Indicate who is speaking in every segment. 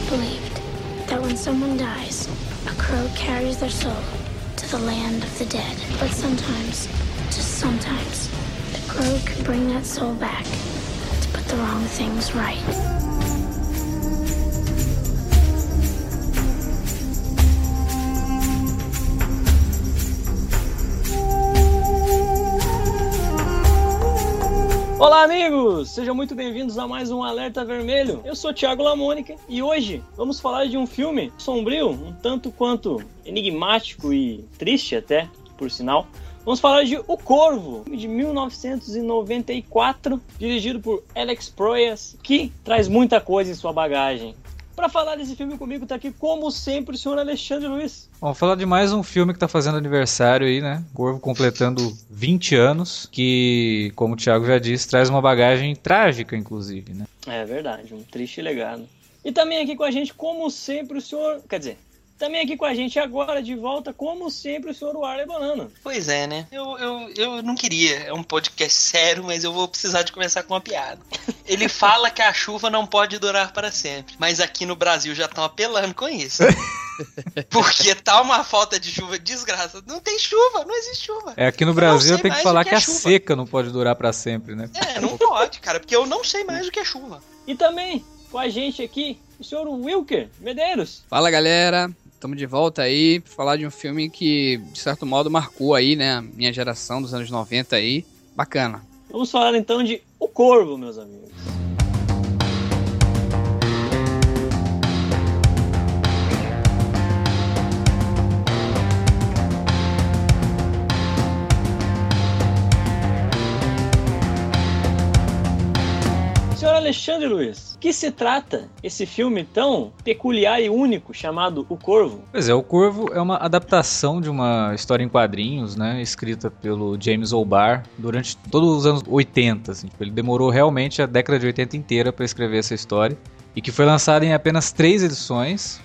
Speaker 1: believed that when someone dies, a crow carries their soul to the land of the dead. But sometimes, just sometimes, the crow can bring that soul back to put the wrong things right.
Speaker 2: Olá amigos, sejam muito bem-vindos a mais um Alerta Vermelho. Eu sou Thiago Lamônica e hoje vamos falar de um filme sombrio, um tanto quanto enigmático e triste até, por sinal. Vamos falar de O Corvo, de 1994, dirigido por Alex Proyas, que traz muita coisa em sua bagagem. Para falar desse filme comigo tá aqui, como sempre, o senhor Alexandre Luiz.
Speaker 3: Vamos falar de mais um filme que tá fazendo aniversário aí, né? Corvo completando 20 anos, que, como o Thiago já disse, traz uma bagagem trágica, inclusive, né?
Speaker 2: É verdade, um triste legado. E também aqui com a gente, como sempre, o senhor... Quer dizer, também aqui com a gente agora, de volta, como sempre, o senhor Warley Banana.
Speaker 4: Pois é, né? Eu não queria, é um podcast sério, mas eu vou precisar de começar com uma piada. Ele fala que a chuva não pode durar para sempre, mas aqui no Brasil já estão apelando com isso. Porque tá uma falta de chuva desgraça. Não tem chuva, não existe chuva.
Speaker 3: É, aqui no Brasil tem que falar que a seca não pode durar para sempre, né?
Speaker 4: É, não pode, cara, porque eu não sei mais o que é chuva.
Speaker 2: E também com a gente aqui, o senhor Wilker Medeiros.
Speaker 5: Fala, galera. Estamos de volta aí para falar de um filme que, de certo modo, marcou aí, né, a minha geração dos anos 90 aí. Bacana.
Speaker 2: Vamos falar então de O Corvo, meus amigos. Senhor Alexandre Luiz, que se trata esse filme tão peculiar e único chamado O Corvo?
Speaker 3: Pois é, O Corvo é uma adaptação de uma história em quadrinhos, né, escrita pelo James O'Barr durante todos os anos 80, assim, ele demorou realmente a década de 80 inteira para escrever essa história. E que foi lançado em apenas 3 edições,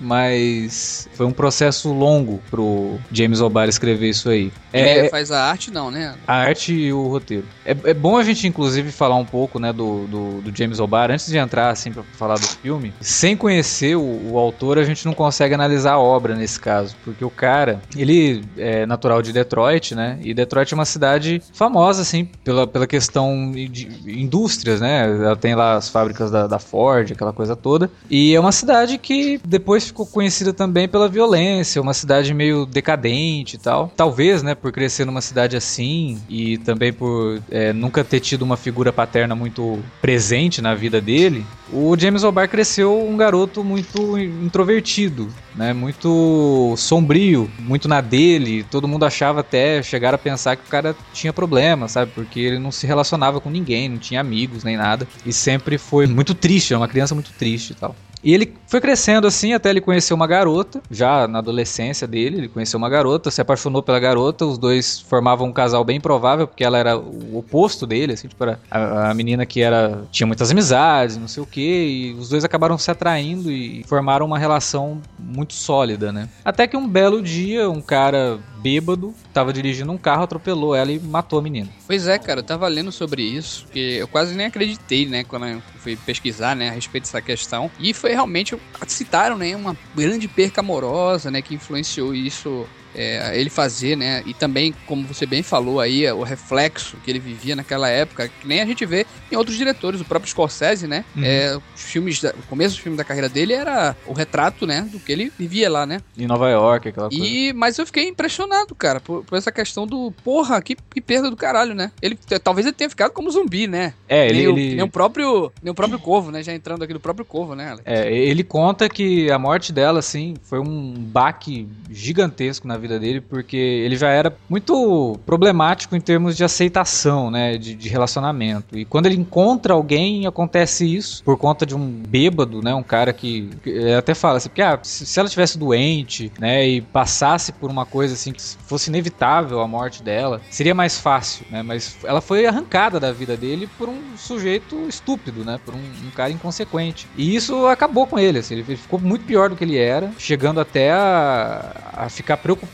Speaker 3: mas foi um processo longo pro James O'Barr escrever isso aí.
Speaker 5: Ele faz a arte não, né?
Speaker 3: A arte e o roteiro. É bom a gente inclusive falar um pouco, né, do James O'Barr, antes de entrar assim pra falar do filme. Sem conhecer o autor, a gente não consegue analisar a obra nesse caso, porque o cara, ele é natural de Detroit, né, e Detroit é uma cidade famosa, assim, pela questão de indústrias, né, ela tem lá as fábricas da Ford, aquela coisa toda, e é uma cidade que depois ficou conhecida também pela violência, uma cidade meio decadente e tal, talvez, né, por crescer numa cidade assim, e também por nunca ter tido uma figura paterna muito presente na vida dele, o James O'Barr cresceu um garoto muito introvertido, né, muito sombrio, muito na dele, todo mundo achava até, chegaram a pensar que o cara tinha problema, sabe, porque ele não se relacionava com ninguém, não tinha amigos nem nada, e sempre foi muito triste, é uma criança muito triste e tal. E ele foi crescendo assim até ele conhecer uma garota, já na adolescência dele, ele conheceu uma garota, se apaixonou pela garota, os dois formavam um casal bem provável, porque ela era o oposto dele, assim, tipo, era a menina que tinha muitas amizades, não sei o que, e os dois acabaram se atraindo e formaram uma relação muito sólida, né? Até que um belo dia, um cara bêbado, tava dirigindo um carro, atropelou ela e matou a menina.
Speaker 5: Pois é, cara, eu tava lendo sobre isso, porque eu quase nem acreditei, né, quando eu fui pesquisar, né, a respeito dessa questão, e foi realmente, citaram, né, uma grande perca amorosa, né, que influenciou isso, ele fazer, né, e também, como você bem falou aí, o reflexo que ele vivia naquela época, que nem a gente vê em outros diretores, o próprio Scorsese, né, os filmes, o começo do filme da carreira dele era o retrato, né, do que ele vivia lá, né.
Speaker 3: Em Nova York, aquela coisa.
Speaker 5: Mas eu fiquei impressionado, cara, por essa questão do, porra, que perda do caralho, né. Talvez ele tenha ficado como zumbi, né. Nem o próprio Corvo, né, já entrando aqui no próprio Corvo, né.
Speaker 3: Ele conta que a morte dela, assim, foi um baque gigantesco na vida dele, porque ele já era muito problemático em termos de aceitação, né, de relacionamento. E quando ele encontra alguém, acontece isso, por conta de um bêbado, né, um cara que até fala assim, porque se ela tivesse doente, né, e passasse por uma coisa assim, que fosse inevitável a morte dela, seria mais fácil, né, mas ela foi arrancada da vida dele por um sujeito estúpido, né, por um cara inconsequente. E isso acabou com ele, assim, ele ficou muito pior do que ele era, chegando até a ficar preocupado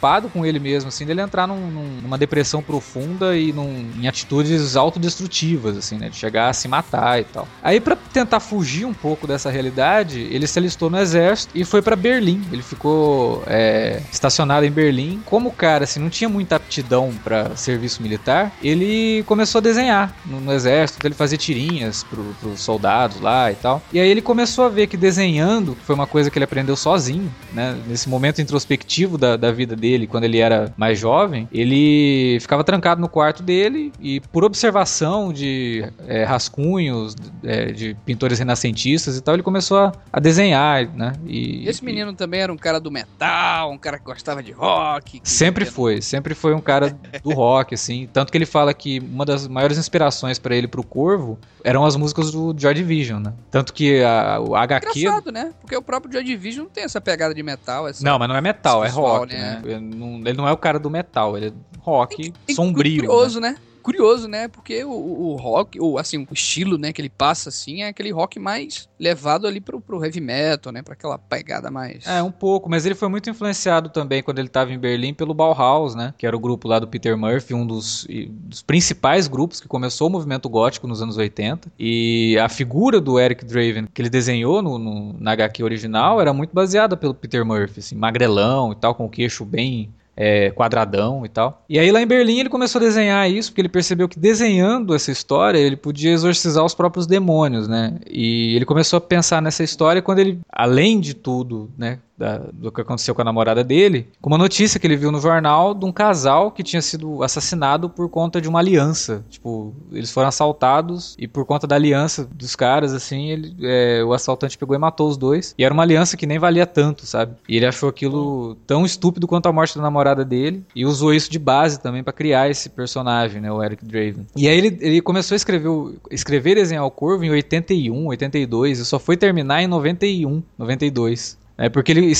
Speaker 3: preocupado com ele mesmo, assim, dele entrar numa depressão profunda e em atitudes autodestrutivas, assim, né, de chegar a se matar e tal. Aí, pra tentar fugir um pouco dessa realidade, ele se alistou no exército e foi pra Berlim. Ele ficou estacionado em Berlim. Como o cara, assim, não tinha muita aptidão pra serviço militar, ele começou a desenhar no exército, ele fazia tirinhas pros soldados lá e tal. E aí ele começou a ver que desenhando foi uma coisa que ele aprendeu sozinho, né? Nesse momento introspectivo da vida dele, quando ele era mais jovem, ele ficava trancado no quarto dele e por observação de rascunhos de pintores renascentistas e tal, ele começou a desenhar, né?
Speaker 5: E esse menino também era um cara do metal, um cara que gostava de rock.
Speaker 3: Sempre foi um cara do rock, assim. Tanto que ele fala que uma das maiores inspirações pra ele pro Corvo eram as músicas do Joy Division, né? Tanto que o HQ...
Speaker 5: Engraçado, né? Porque o próprio Joy Division não tem essa pegada de metal.
Speaker 3: Não, mas não é metal,
Speaker 5: visual,
Speaker 3: é rock, né? Ele não é o cara do metal, ele é rock sombrio.
Speaker 5: Curioso, né? Curioso, né? Porque o rock, assim, o estilo, né, que ele passa, assim, é aquele rock mais levado ali pro heavy metal, né? Pra aquela pegada mais...
Speaker 3: Um pouco, mas ele foi muito influenciado também, quando ele tava em Berlim, pelo Bauhaus, né? Que era o grupo lá do Peter Murphy, um dos principais grupos que começou o movimento gótico nos anos 80. E a figura do Eric Draven, que ele desenhou na HQ original, era muito baseada pelo Peter Murphy, assim, magrelão e tal, com o queixo bem... quadradão e tal. E aí lá em Berlim ele começou a desenhar isso, porque ele percebeu que desenhando essa história ele podia exorcizar os próprios demônios, né? E ele começou a pensar nessa história quando ele, além de tudo, né, do que aconteceu com a namorada dele, com uma notícia que ele viu no jornal de um casal que tinha sido assassinado por conta de uma aliança. Tipo, eles foram assaltados e por conta da aliança dos caras, assim, o assaltante pegou e matou os dois. E era uma aliança que nem valia tanto, sabe? E ele achou aquilo tão estúpido quanto a morte da namorada dele e usou isso de base também pra criar esse personagem, né, o Eric Draven. E aí ele começou a escrever e desenhar o Corvo em 81, 82 e só foi terminar em 91, 92. Porque ele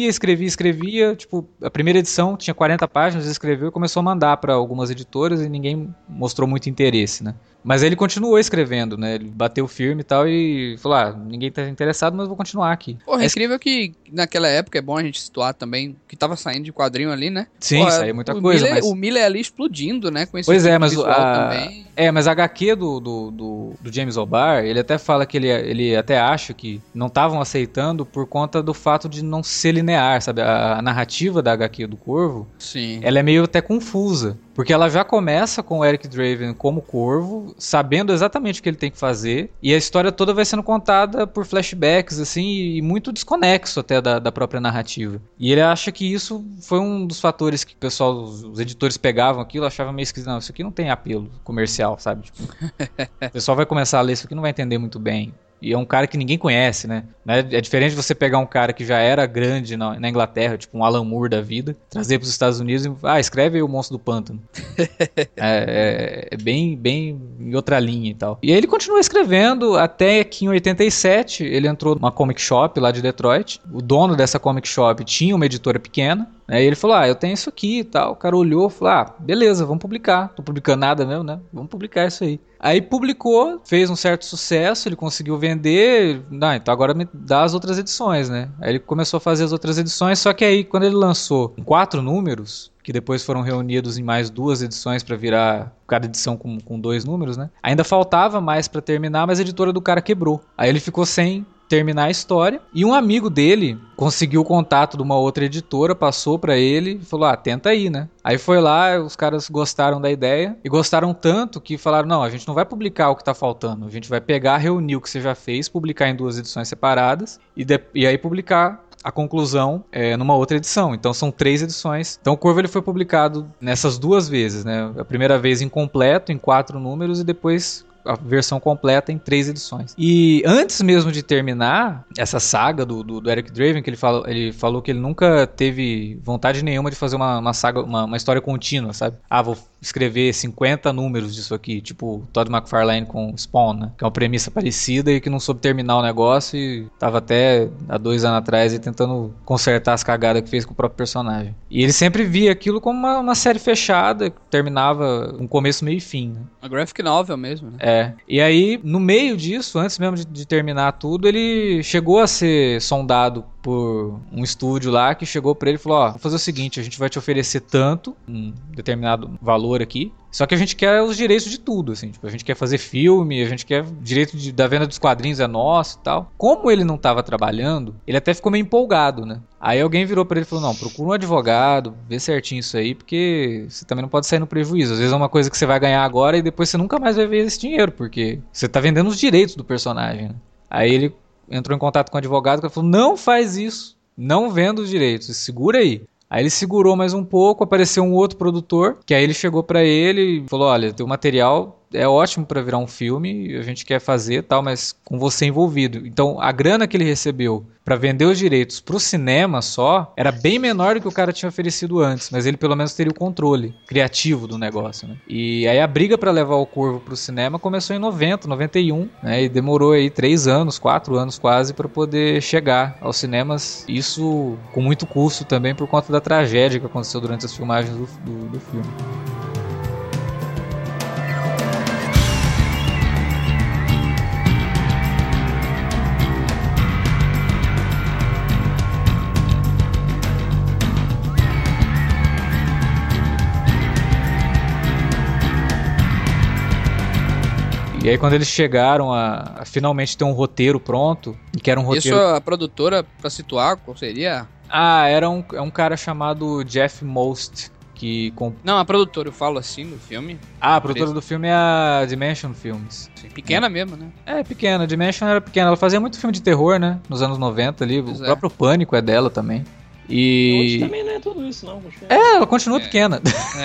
Speaker 3: escrevia, tipo, a primeira edição tinha 40 páginas, ele escreveu e começou a mandar para algumas editoras e ninguém mostrou muito interesse, né? Mas aí ele continuou escrevendo, né? Ele bateu firme e tal e falou, ninguém tá interessado, mas eu vou continuar aqui.
Speaker 5: Porra, é incrível que naquela época, é bom a gente situar também, que tava saindo de quadrinho ali, né?
Speaker 3: Sim, saía muita coisa,
Speaker 5: mas... O Miller ali explodindo, né? Com esse
Speaker 3: pois mas
Speaker 5: visual também.
Speaker 3: Mas a HQ do James O'Barr, ele até fala que ele até acha que não estavam aceitando por conta do fato de não ser linear, sabe? A narrativa da HQ do Corvo,
Speaker 5: sim,
Speaker 3: ela é meio até confusa. Porque ela já começa com o Eric Draven como Corvo, sabendo exatamente o que ele tem que fazer, e a história toda vai sendo contada por flashbacks, assim, e muito desconexo até da própria narrativa. E ele acha que isso foi um dos fatores que o pessoal, os editores pegavam aquilo, achavam meio esquisito. Não, isso aqui não tem apelo comercial, sabe? Tipo, o pessoal vai começar a ler isso aqui e não vai entender muito bem. E é um cara que ninguém conhece, né? É diferente de você pegar um cara que já era grande na Inglaterra, tipo um Alan Moore da vida, trazer para os Estados Unidos e escreve aí o Monstro do Pântano. É bem em outra linha e tal. E aí ele continua escrevendo até que em 87 ele entrou numa comic shop lá de Detroit. O dono dessa comic shop tinha uma editora pequena. E ele falou, eu tenho isso aqui e tal. O cara olhou e falou, beleza, vamos publicar. Tô publicando nada mesmo, né? Vamos publicar isso aí. Aí publicou, fez um certo sucesso, ele conseguiu vender. Então agora me dá as outras edições, né? Aí ele começou a fazer as outras edições, só que aí quando ele lançou 4 números, que depois foram reunidos em mais 2 edições para virar cada edição com 2 números, né? Ainda faltava mais para terminar, mas a editora do cara quebrou. Aí ele ficou sem terminar a história, e um amigo dele conseguiu o contato de uma outra editora, passou pra ele e falou, tenta aí, né? Aí foi lá, os caras gostaram da ideia, e gostaram tanto que falaram, não, a gente não vai publicar o que tá faltando, a gente vai pegar, reunir o que você já fez, publicar em 2 edições separadas, e aí publicar a conclusão numa outra edição. Então são 3 edições. Então o Corvo ele foi publicado nessas 2 vezes, né? A primeira vez incompleto, em 4 números, e depois a versão completa em 3 edições. E antes mesmo de terminar essa saga do Eric Draven, que ele falou que ele nunca teve vontade nenhuma de fazer uma saga, uma história contínua, sabe? Vou escrever 50 números disso aqui, tipo Todd McFarlane com Spawn, né? Que é uma premissa parecida e que não soube terminar o negócio e tava até há 2 anos atrás aí, tentando consertar as cagadas que fez com o próprio personagem. E ele sempre via aquilo como uma série fechada, que terminava um começo, meio e fim, né?
Speaker 5: Uma graphic novel mesmo, né?
Speaker 3: E aí, no meio disso, antes mesmo de terminar tudo, ele chegou a ser sondado por um estúdio lá que chegou pra ele e falou: vou fazer o seguinte, a gente vai te oferecer tanto, um determinado valor aqui, só que a gente quer os direitos de tudo, assim, tipo, a gente quer fazer filme, a gente quer direito da venda dos quadrinhos é nosso e tal. Como ele não tava trabalhando, ele até ficou meio empolgado, né? Aí alguém virou pra ele e falou: não, procura um advogado, vê certinho isso aí, porque você também não pode sair no prejuízo. Às vezes é uma coisa que você vai ganhar agora e depois você nunca mais vai ver esse dinheiro, porque você tá vendendo os direitos do personagem, né? Aí ele entrou em contato com o advogado que falou: não faz isso, não venda os direitos, segura aí. Aí ele segurou mais um pouco, apareceu um outro produtor, que aí ele chegou pra ele e falou: olha, teu material é ótimo pra virar um filme, a gente quer fazer tal, mas com você envolvido. Então a grana que ele recebeu pra vender os direitos pro cinema só era bem menor do que o cara tinha oferecido antes, mas ele pelo menos teria o controle criativo do negócio, né? E aí a briga pra levar o Corvo pro cinema começou em 90, 91, né? E demorou aí 3 anos, 4 anos quase pra poder chegar aos cinemas. Isso com muito custo também por conta da tragédia que aconteceu durante as filmagens do filme. E aí quando eles chegaram a finalmente ter um roteiro pronto, que era um roteiro...
Speaker 5: Isso a produtora, pra situar, qual seria?
Speaker 3: Era um cara chamado Jeff Most, que...
Speaker 5: Não, a produtora, eu falo assim do filme.
Speaker 3: A produtora do filme é a Dimension Films.
Speaker 5: Sim, pequena mesmo, né?
Speaker 3: É, pequena, a Dimension era pequena, ela fazia muito filme de terror, né, nos anos 90 ali, o próprio Pânico é dela também. E...
Speaker 2: Hoje também não é tudo isso, não.
Speaker 3: Ela continua pequena.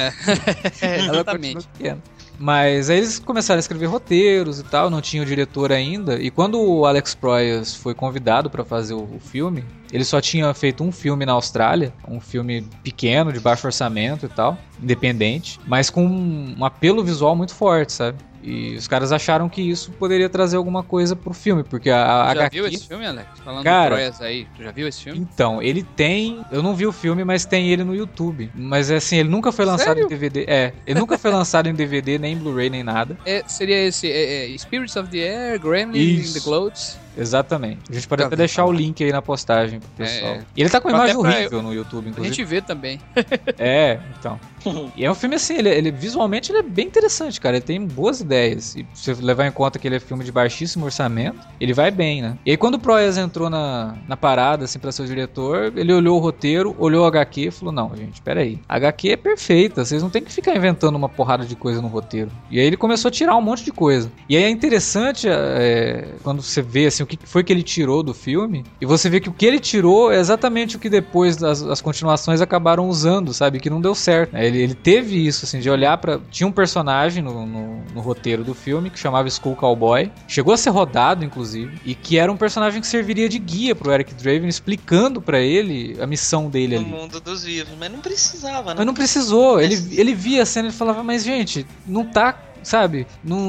Speaker 5: Ela
Speaker 3: continua pequena. Mas aí eles começaram a escrever roteiros e tal, não tinha o diretor ainda. E quando o Alex Proyas foi convidado para fazer o filme, ele só tinha feito um filme na Austrália, um filme pequeno, de baixo orçamento e tal, independente, mas com um apelo visual muito forte, sabe? E os caras acharam que isso poderia trazer alguma coisa pro filme, porque a HQ...
Speaker 5: Já viu esse filme, Alex? Falando
Speaker 3: cara,
Speaker 5: do Proyas aí, tu já viu esse filme?
Speaker 3: Então, ele tem... Eu não vi o filme, mas tem ele no YouTube. Mas assim, ele nunca foi lançado em DVD. Ele nunca foi lançado em DVD, nem em Blu-ray, nem nada.
Speaker 5: Seria esse Spirits of the Air, Gremlins in the Clouds.
Speaker 3: Exatamente. A gente pode até deixar o link aí na postagem pro pessoal. E ele tá com uma imagem horrível no YouTube, inclusive.
Speaker 5: A gente vê também.
Speaker 3: Então. E é um filme assim, ele visualmente ele é bem interessante, cara. Ele tem boas ideias. E se você levar em conta que ele é filme de baixíssimo orçamento, ele vai bem, né? E aí quando o Proyas entrou na parada, assim, pra ser o diretor, ele olhou o roteiro, olhou o HQ e falou: não, gente, peraí. A HQ é perfeita, vocês não tem que ficar inventando uma porrada de coisa no roteiro. E aí ele começou a tirar um monte de coisa. E aí é interessante quando você vê, assim, o que foi que ele tirou do filme, e você vê que o que ele tirou é exatamente o que depois as continuações acabaram usando, sabe? Que não deu certo. Ele teve isso, assim, de olhar pra... Tinha um personagem no roteiro do filme que chamava Skull Cowboy, chegou a ser rodado, inclusive, e que era um personagem que serviria de guia pro Eric Draven, explicando pra ele a missão dele ali.
Speaker 4: No mundo dos vivos, mas não precisava, né?
Speaker 3: Mas não precisou, ele via a cena e falava: mas gente, não tá... Sabe?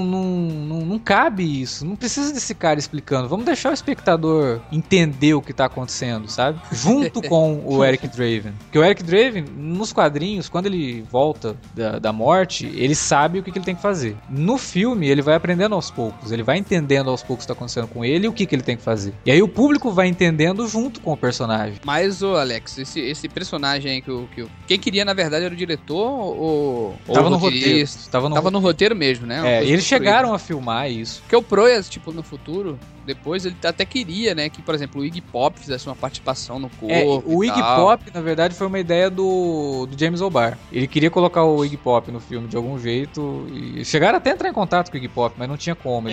Speaker 3: Não cabe isso. Não precisa desse cara explicando. Vamos deixar o espectador entender o que tá acontecendo, sabe? Junto com o Eric Draven. Porque o Eric Draven, nos quadrinhos, quando ele volta da morte, ele sabe o que ele tem que fazer. No filme, ele vai aprendendo aos poucos. Ele vai entendendo aos poucos o que tá acontecendo com ele e o que ele tem que fazer. E aí o público vai entendendo junto com o personagem.
Speaker 5: Mas, Alex, esse personagem aí quem queria, na verdade, era o diretor ou
Speaker 3: tava no roteiro.
Speaker 5: Tava no roteiro mesmo, né?
Speaker 3: E eles chegaram a filmar isso.
Speaker 5: Porque o Proyas, tipo, no futuro, depois ele até queria, né, que, por exemplo, o Iggy Pop fizesse uma participação no corpo.
Speaker 3: O Iggy Pop, na verdade, foi uma ideia do James O'Barr. Ele queria colocar o Iggy Pop no filme de algum jeito. E chegaram até a entrar em contato com o Iggy Pop, mas não tinha como.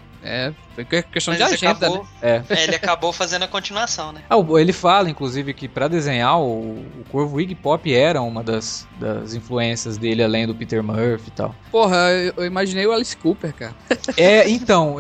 Speaker 5: Foi questão de agenda, né?
Speaker 4: Ele acabou fazendo a continuação, né?
Speaker 3: Ele fala, inclusive, que pra desenhar o Corvo, o Iggy Pop era uma das influências dele, além do Peter Murphy e tal.
Speaker 5: Porra, eu imaginei o Alice Cooper, cara.
Speaker 3: Então,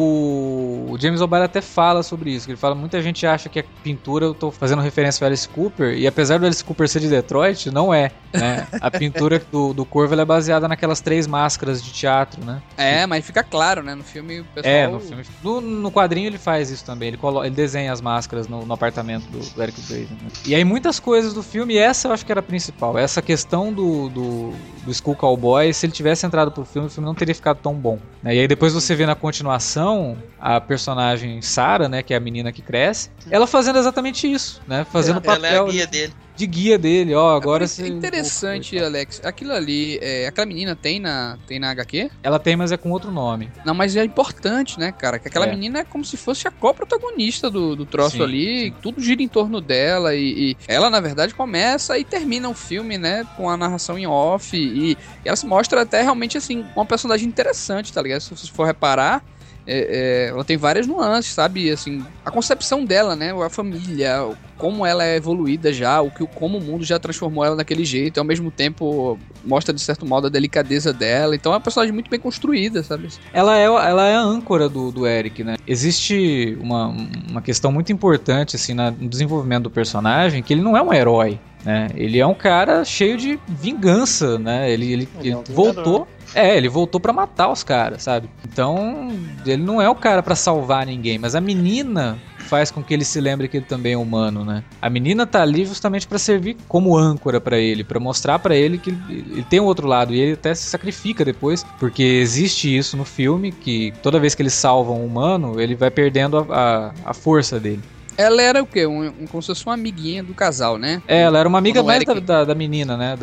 Speaker 3: o James O'Barr até fala sobre isso. Ele fala: muita gente acha que a pintura, eu tô fazendo referência ao Alice Cooper, e apesar do Alice Cooper ser de Detroit, não é, né? A pintura do Corvo ela é baseada naquelas 3 máscaras de teatro, né?
Speaker 5: Mas fica claro, né? No filme o pessoal
Speaker 3: no filme. No quadrinho ele faz isso também. Ele desenha as máscaras no apartamento do Eric Draven. Né? E aí muitas coisas do filme, e essa eu acho que era a principal. Essa questão do Skull Cowboy, se ele tivesse entrado pro filme, o filme não teria ficado tão bom. Né? E aí depois você vê na continuação a personagem Sarah, né, que é a menina que cresce, ela fazendo exatamente isso, né? Fazendo o papel...
Speaker 4: Ela é a guia dele.
Speaker 3: De guia dele, ó, agora
Speaker 5: é interessante, Alex. Aquilo ali, aquela menina tem na HQ?
Speaker 3: Ela tem, mas é com outro nome.
Speaker 5: Não, mas é importante, né, cara? Que aquela menina é como se fosse a co-protagonista do troço. Sim, ali. Sim. Tudo gira em torno dela e ela, na verdade, começa e termina o filme, né, com a narração em off e ela se mostra até realmente, assim, uma personagem interessante, tá ligado? Se você for reparar, ela tem várias nuances, sabe? Assim, a concepção dela, né? A família, como ela é evoluída já, como o mundo já transformou ela daquele jeito, e ao mesmo tempo mostra, de certo modo, a delicadeza dela. Então é uma personagem muito bem construída, sabe?
Speaker 3: Ela é a âncora do Eric, né? Existe uma questão muito importante, assim, no desenvolvimento do personagem, que ele não é um herói, né? Ele é um cara cheio de vingança, né? Ele voltou... ele voltou pra matar os caras, sabe? Então, ele não é o cara pra salvar ninguém, mas a menina faz com que ele se lembre que ele também é humano, né? A menina tá ali justamente pra servir como âncora pra ele, pra mostrar pra ele que ele tem um outro lado, e ele até se sacrifica depois, porque existe isso no filme, que toda vez que eles salvam um humano, ele vai perdendo a força dele.
Speaker 5: Ela era o quê? Como se fosse uma amiguinha do casal, né?
Speaker 3: Ela era uma amiga mais da menina, né?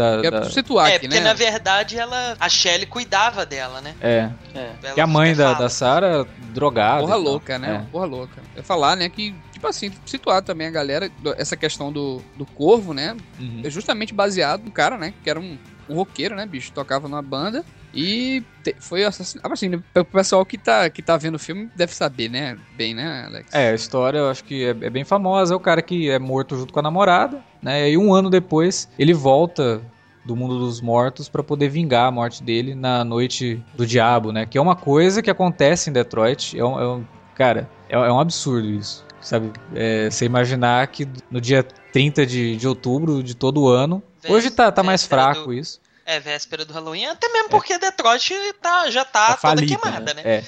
Speaker 4: Porque na verdade a Shelley cuidava dela, né?
Speaker 3: Que a mãe da Sarah drogada.
Speaker 5: Porra louca, né? Porra louca. Eu ia falar, né, que, tipo assim, situar também a galera, essa questão do corvo, né? É justamente baseado no cara, né? Que era um roqueiro, né, bicho? Tocava numa banda e foi assassinado. Assim, o pessoal que tá vendo o filme deve saber, né? Bem, né, Alex?
Speaker 3: A história eu acho que é bem famosa. É o cara que é morto junto com a namorada, né? E um ano depois ele volta do mundo dos mortos pra poder vingar a morte dele na noite do diabo, né? Que é uma coisa que acontece em Detroit. Cara, é um absurdo isso. Sabe? Você imaginar que no dia 30 de outubro de todo ano... Hoje tá mais fraco isso.
Speaker 4: Véspera do Halloween, até mesmo porque Detroit já tá toda queimada, né?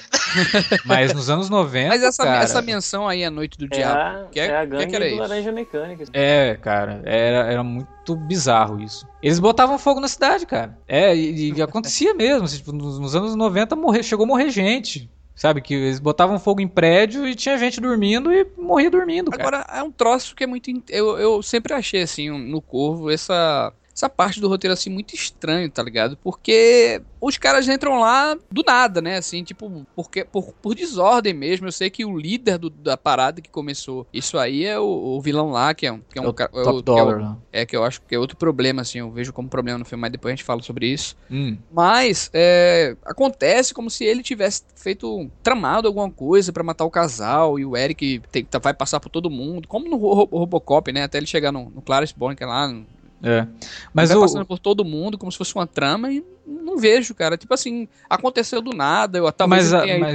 Speaker 3: Mas nos anos 90,
Speaker 5: mas essa menção aí, a Noite do Diabo,
Speaker 2: a gangue do Laranja Mecânica.
Speaker 3: Cara, era muito bizarro isso. Eles botavam fogo na cidade, cara. E acontecia mesmo. Tipo, nos anos 90 chegou a morrer gente. Sabe, que eles botavam fogo em prédio e tinha gente dormindo e morria dormindo, cara.
Speaker 5: Agora, é um troço que é muito... Eu sempre achei, assim, no Corvo, essa parte do roteiro, assim, muito estranho, tá ligado? Porque os caras entram lá do nada, né? Assim, tipo, por desordem mesmo. Eu sei que o líder da parada que começou isso aí é o vilão lá, que é um cara...
Speaker 3: Top Dollar.
Speaker 5: Que eu acho que é outro problema, assim. Eu vejo como problema no filme, mas depois a gente fala sobre isso. Mas, acontece como se ele tivesse tramado alguma coisa pra matar o casal e o Eric vai passar por todo mundo, como no Robocop, né? Até ele chegar no Clarence Bourne, que é lá...
Speaker 3: Mas
Speaker 5: vai passando por todo mundo como se fosse uma trama e não vejo, cara. Tipo assim, aconteceu do nada.
Speaker 3: Mas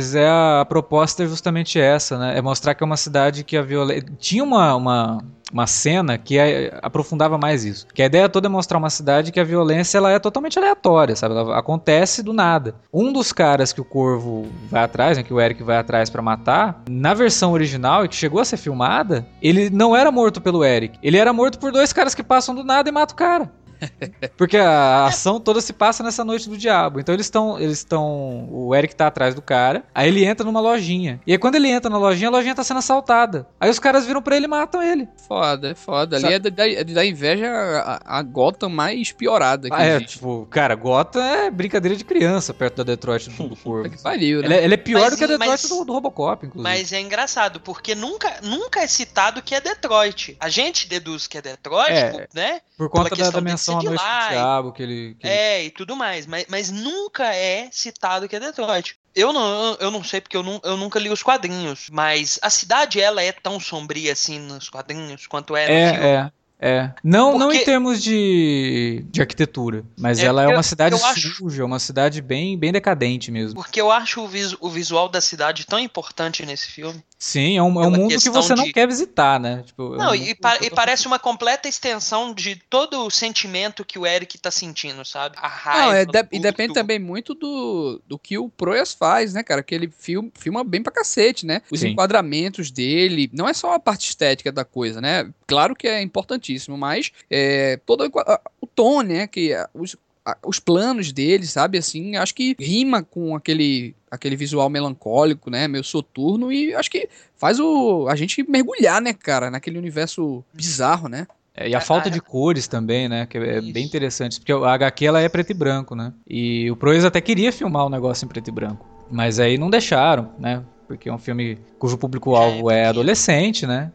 Speaker 3: a proposta é justamente essa, né? É mostrar que é uma cidade que a violência... Tinha uma cena que aprofundava mais isso. Que a ideia toda é mostrar uma cidade que a violência ela é totalmente aleatória, sabe? Ela acontece do nada. Um dos caras que o Corvo vai atrás, né, que o Eric vai atrás pra matar, na versão original, e que chegou a ser filmada, ele não era morto pelo Eric. Ele era morto por dois caras que passam do nada e matam o cara. Porque a ação toda se passa nessa noite do diabo. Então eles estão. O Eric tá atrás do cara. Aí ele entra numa lojinha. E aí quando ele entra na lojinha, a lojinha tá sendo assaltada. Aí os caras viram pra ele e matam ele.
Speaker 5: Foda. Ali é da inveja a Gotham mais piorada que existe.
Speaker 3: Tipo, cara, Gotham é brincadeira de criança perto da Detroit do Corvo.
Speaker 5: Que pariu, né?
Speaker 3: Ele é pior do que a Detroit do Robocop, inclusive.
Speaker 4: Mas é engraçado, porque nunca é citado que é Detroit. A gente deduz que é Detroit, né?
Speaker 3: Por conta da menção à Noite do Diabo que ele...
Speaker 4: e tudo mais, mas nunca é citado que é Detroit. Eu não sei porque eu nunca li os quadrinhos, mas a cidade ela é tão sombria assim nos quadrinhos quanto é no filme.
Speaker 3: Não em termos de arquitetura, mas ela é uma cidade suja, uma cidade bem decadente mesmo.
Speaker 4: Porque eu acho o visual da cidade tão importante nesse filme.
Speaker 3: Sim, é um
Speaker 4: Pela
Speaker 3: mundo que
Speaker 4: questão
Speaker 3: você não
Speaker 4: de-
Speaker 3: quer visitar, né? Tipo, é um
Speaker 4: Não,
Speaker 3: mundo
Speaker 4: e parece uma completa extensão de todo o sentimento que o Eric tá sentindo, sabe? A
Speaker 5: Não,
Speaker 4: raiva,
Speaker 5: e
Speaker 4: tudo
Speaker 5: depende também muito do que o Proyas faz, né, cara? Que ele filma bem pra cacete, né? Os
Speaker 3: Sim.
Speaker 5: enquadramentos dele, não é só a parte estética da coisa, né? Claro que é importantíssimo, mas todo o tom, né? Os planos dele, sabe? Assim, acho que rima com aquele visual melancólico, né? Meio soturno e acho que faz a gente mergulhar, né, cara? Naquele universo bizarro, né?
Speaker 3: E a falta de cores também, né? Que é bem interessante. Porque a HQ ela é preto e branco, né? E o Proyas até queria filmar o negócio em preto e branco. Mas aí não deixaram, né? Porque é um filme cujo público-alvo é adolescente, né?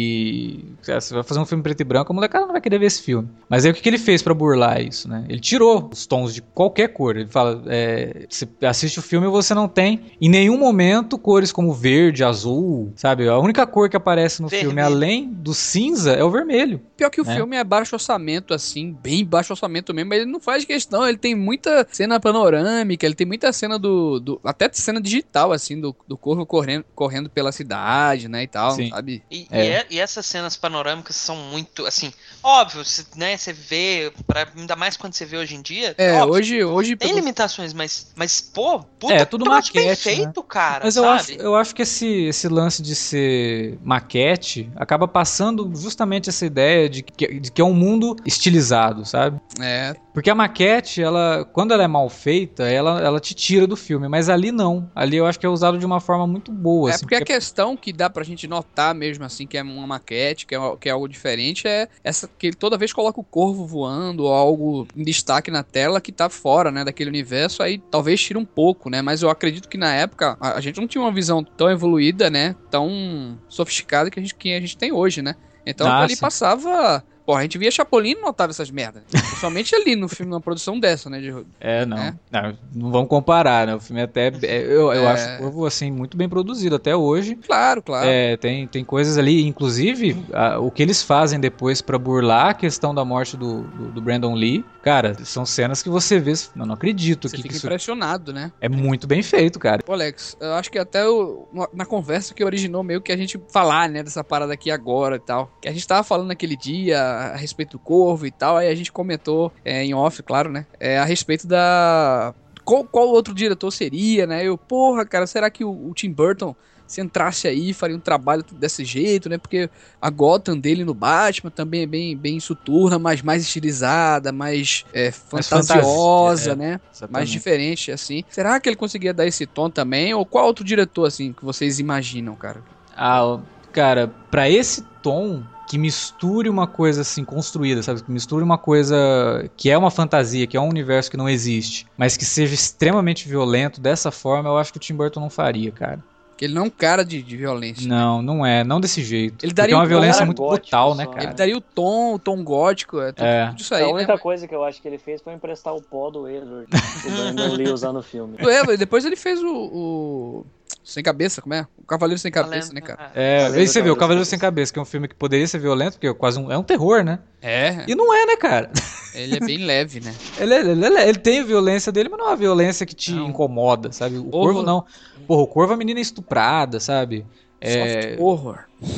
Speaker 3: E você vai fazer um filme preto e branco, a molecada não vai querer ver esse filme. Mas aí o que ele fez pra burlar isso, né? Ele tirou os tons de qualquer cor. Ele fala, você assiste o filme e você não tem em nenhum momento cores como verde, azul, sabe? A única cor que aparece no filme, além do cinza, é o vermelho.
Speaker 5: Pior que o filme é baixo orçamento, assim, bem baixo orçamento mesmo, mas ele não faz questão, ele tem muita cena panorâmica, ele tem muita cena até cena digital, assim, do corvo correndo pela cidade, né, e tal,
Speaker 3: Sim.
Speaker 5: sabe?
Speaker 4: E essas cenas panorâmicas são muito, assim, óbvio, né, você vê, ainda mais quando você vê hoje em dia, óbvio,
Speaker 5: hoje
Speaker 4: tem limitações, mas pô,
Speaker 3: puta, tudo
Speaker 4: maquete, bem
Speaker 3: maquete,
Speaker 4: feito,
Speaker 3: né?
Speaker 4: cara,
Speaker 3: Mas
Speaker 4: sabe?
Speaker 3: eu acho que esse lance de ser maquete acaba passando justamente essa ideia de que é um mundo estilizado, sabe? Porque a maquete, quando ela é mal feita, ela te tira do filme, mas ali não. Ali eu acho que é usado de uma forma muito boa. Assim,
Speaker 5: porque a questão que dá pra gente notar mesmo, assim, que é uma maquete, que é algo diferente, é essa que ele toda vez coloca o corvo voando ou algo em destaque na tela que tá fora, né, daquele universo, aí talvez tira um pouco, né, mas eu acredito que na época a gente não tinha uma visão tão evoluída, né, tão sofisticada que a gente tem hoje, né. Então ali passava... Pô, a gente via Chapolin e não notava essas merdas. Principalmente ali no filme, numa produção dessa, né?
Speaker 3: Não vamos comparar, né? O filme até... Eu acho o Corvo, assim, muito bem produzido até hoje.
Speaker 5: Claro.
Speaker 3: Tem coisas ali, inclusive, o que eles fazem depois pra burlar a questão da morte do Brandon Lee. Cara, são cenas que você vê... Não acredito.
Speaker 5: Você fica impressionado, né?
Speaker 3: É muito bem feito, cara.
Speaker 5: Pô, Alex, eu acho que até na conversa que originou meio que a gente falar, né? Dessa parada aqui agora e tal. Que a gente tava falando naquele dia a respeito do Corvo e tal, aí a gente comentou em off, claro, né? A respeito da... Qual outro diretor seria, né? Porra, cara, será que o Tim Burton, se entrasse aí, faria um trabalho desse jeito, né? Porque a Gotham dele no Batman também é bem soturna, mas mais estilizada, mais fantasiosa, né?
Speaker 3: Exatamente.
Speaker 5: Mais diferente, assim. Será que ele conseguia dar esse tom também? Ou qual outro diretor, assim, que vocês imaginam, cara?
Speaker 3: Cara, pra esse tom... que misture uma coisa assim construída, sabe? Que misture uma coisa que é uma fantasia, que é um universo que não existe, mas que seja extremamente violento dessa forma, eu acho que o Tim Burton não faria, cara.
Speaker 5: Porque ele não é um cara de violência.
Speaker 3: Não, né? Não é, não desse jeito.
Speaker 5: Ele daria
Speaker 3: porque é uma violência muito
Speaker 2: gótico,
Speaker 3: brutal, né, cara?
Speaker 5: Ele daria o tom gótico, tudo isso aí,
Speaker 2: a única
Speaker 5: né?
Speaker 2: coisa que eu acho que ele fez foi emprestar o pó do Edward, o Brandon Lee usar no filme.
Speaker 5: Depois ele fez o Sem Cabeça, como é? O Cavaleiro Sem Cabeça, né, cara?
Speaker 3: Aí você vê, o Cavaleiro Sem Cabeça, que é um filme que poderia ser violento, porque é um terror, né?
Speaker 5: E
Speaker 3: não é, né, cara?
Speaker 5: Ele é bem leve, né?
Speaker 3: Ele tem a violência dele, mas não é uma violência que te incomoda, sabe? O Corvo não. Porra, o Corvo é uma menina estuprada, sabe?
Speaker 5: Soft horror.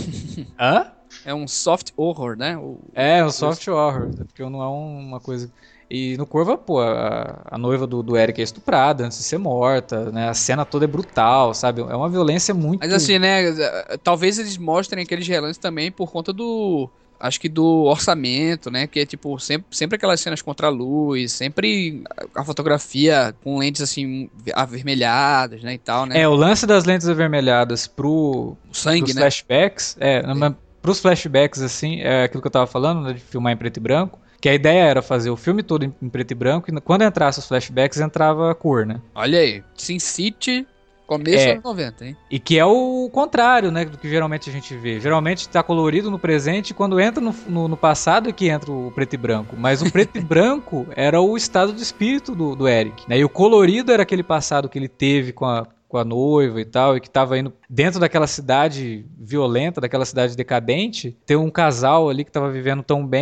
Speaker 3: Hã?
Speaker 5: É um soft horror, né?
Speaker 3: Um soft horror, porque não é uma coisa... E no Corvo, pô, a noiva do Eric é estuprada antes de ser morta, né? A cena toda é brutal, sabe? É uma violência muito...
Speaker 5: Mas assim, né? Talvez eles mostrem aqueles relances também por conta acho que do orçamento, né? Que é tipo, sempre aquelas cenas contra a luz, sempre a fotografia com lentes assim, avermelhadas, né? E tal, né?
Speaker 3: O lance das lentes avermelhadas pros flashbacks, pros flashbacks, assim, é aquilo que eu tava falando, né, de filmar em preto e branco. Que a ideia era fazer o filme todo em preto e branco, e quando entrasse os flashbacks, entrava a cor, né?
Speaker 5: Olha aí, Sin City, começo dos anos 90, hein?
Speaker 3: E que é o contrário, né, do que geralmente a gente vê. Geralmente tá colorido no presente, e quando entra no passado é que entra o preto e branco. Mas o preto e branco era o estado de espírito do Eric, né? E o colorido era aquele passado que ele teve com a noiva e tal, e que tava indo dentro daquela cidade violenta, daquela cidade decadente, ter um casal ali que tava vivendo tão bem,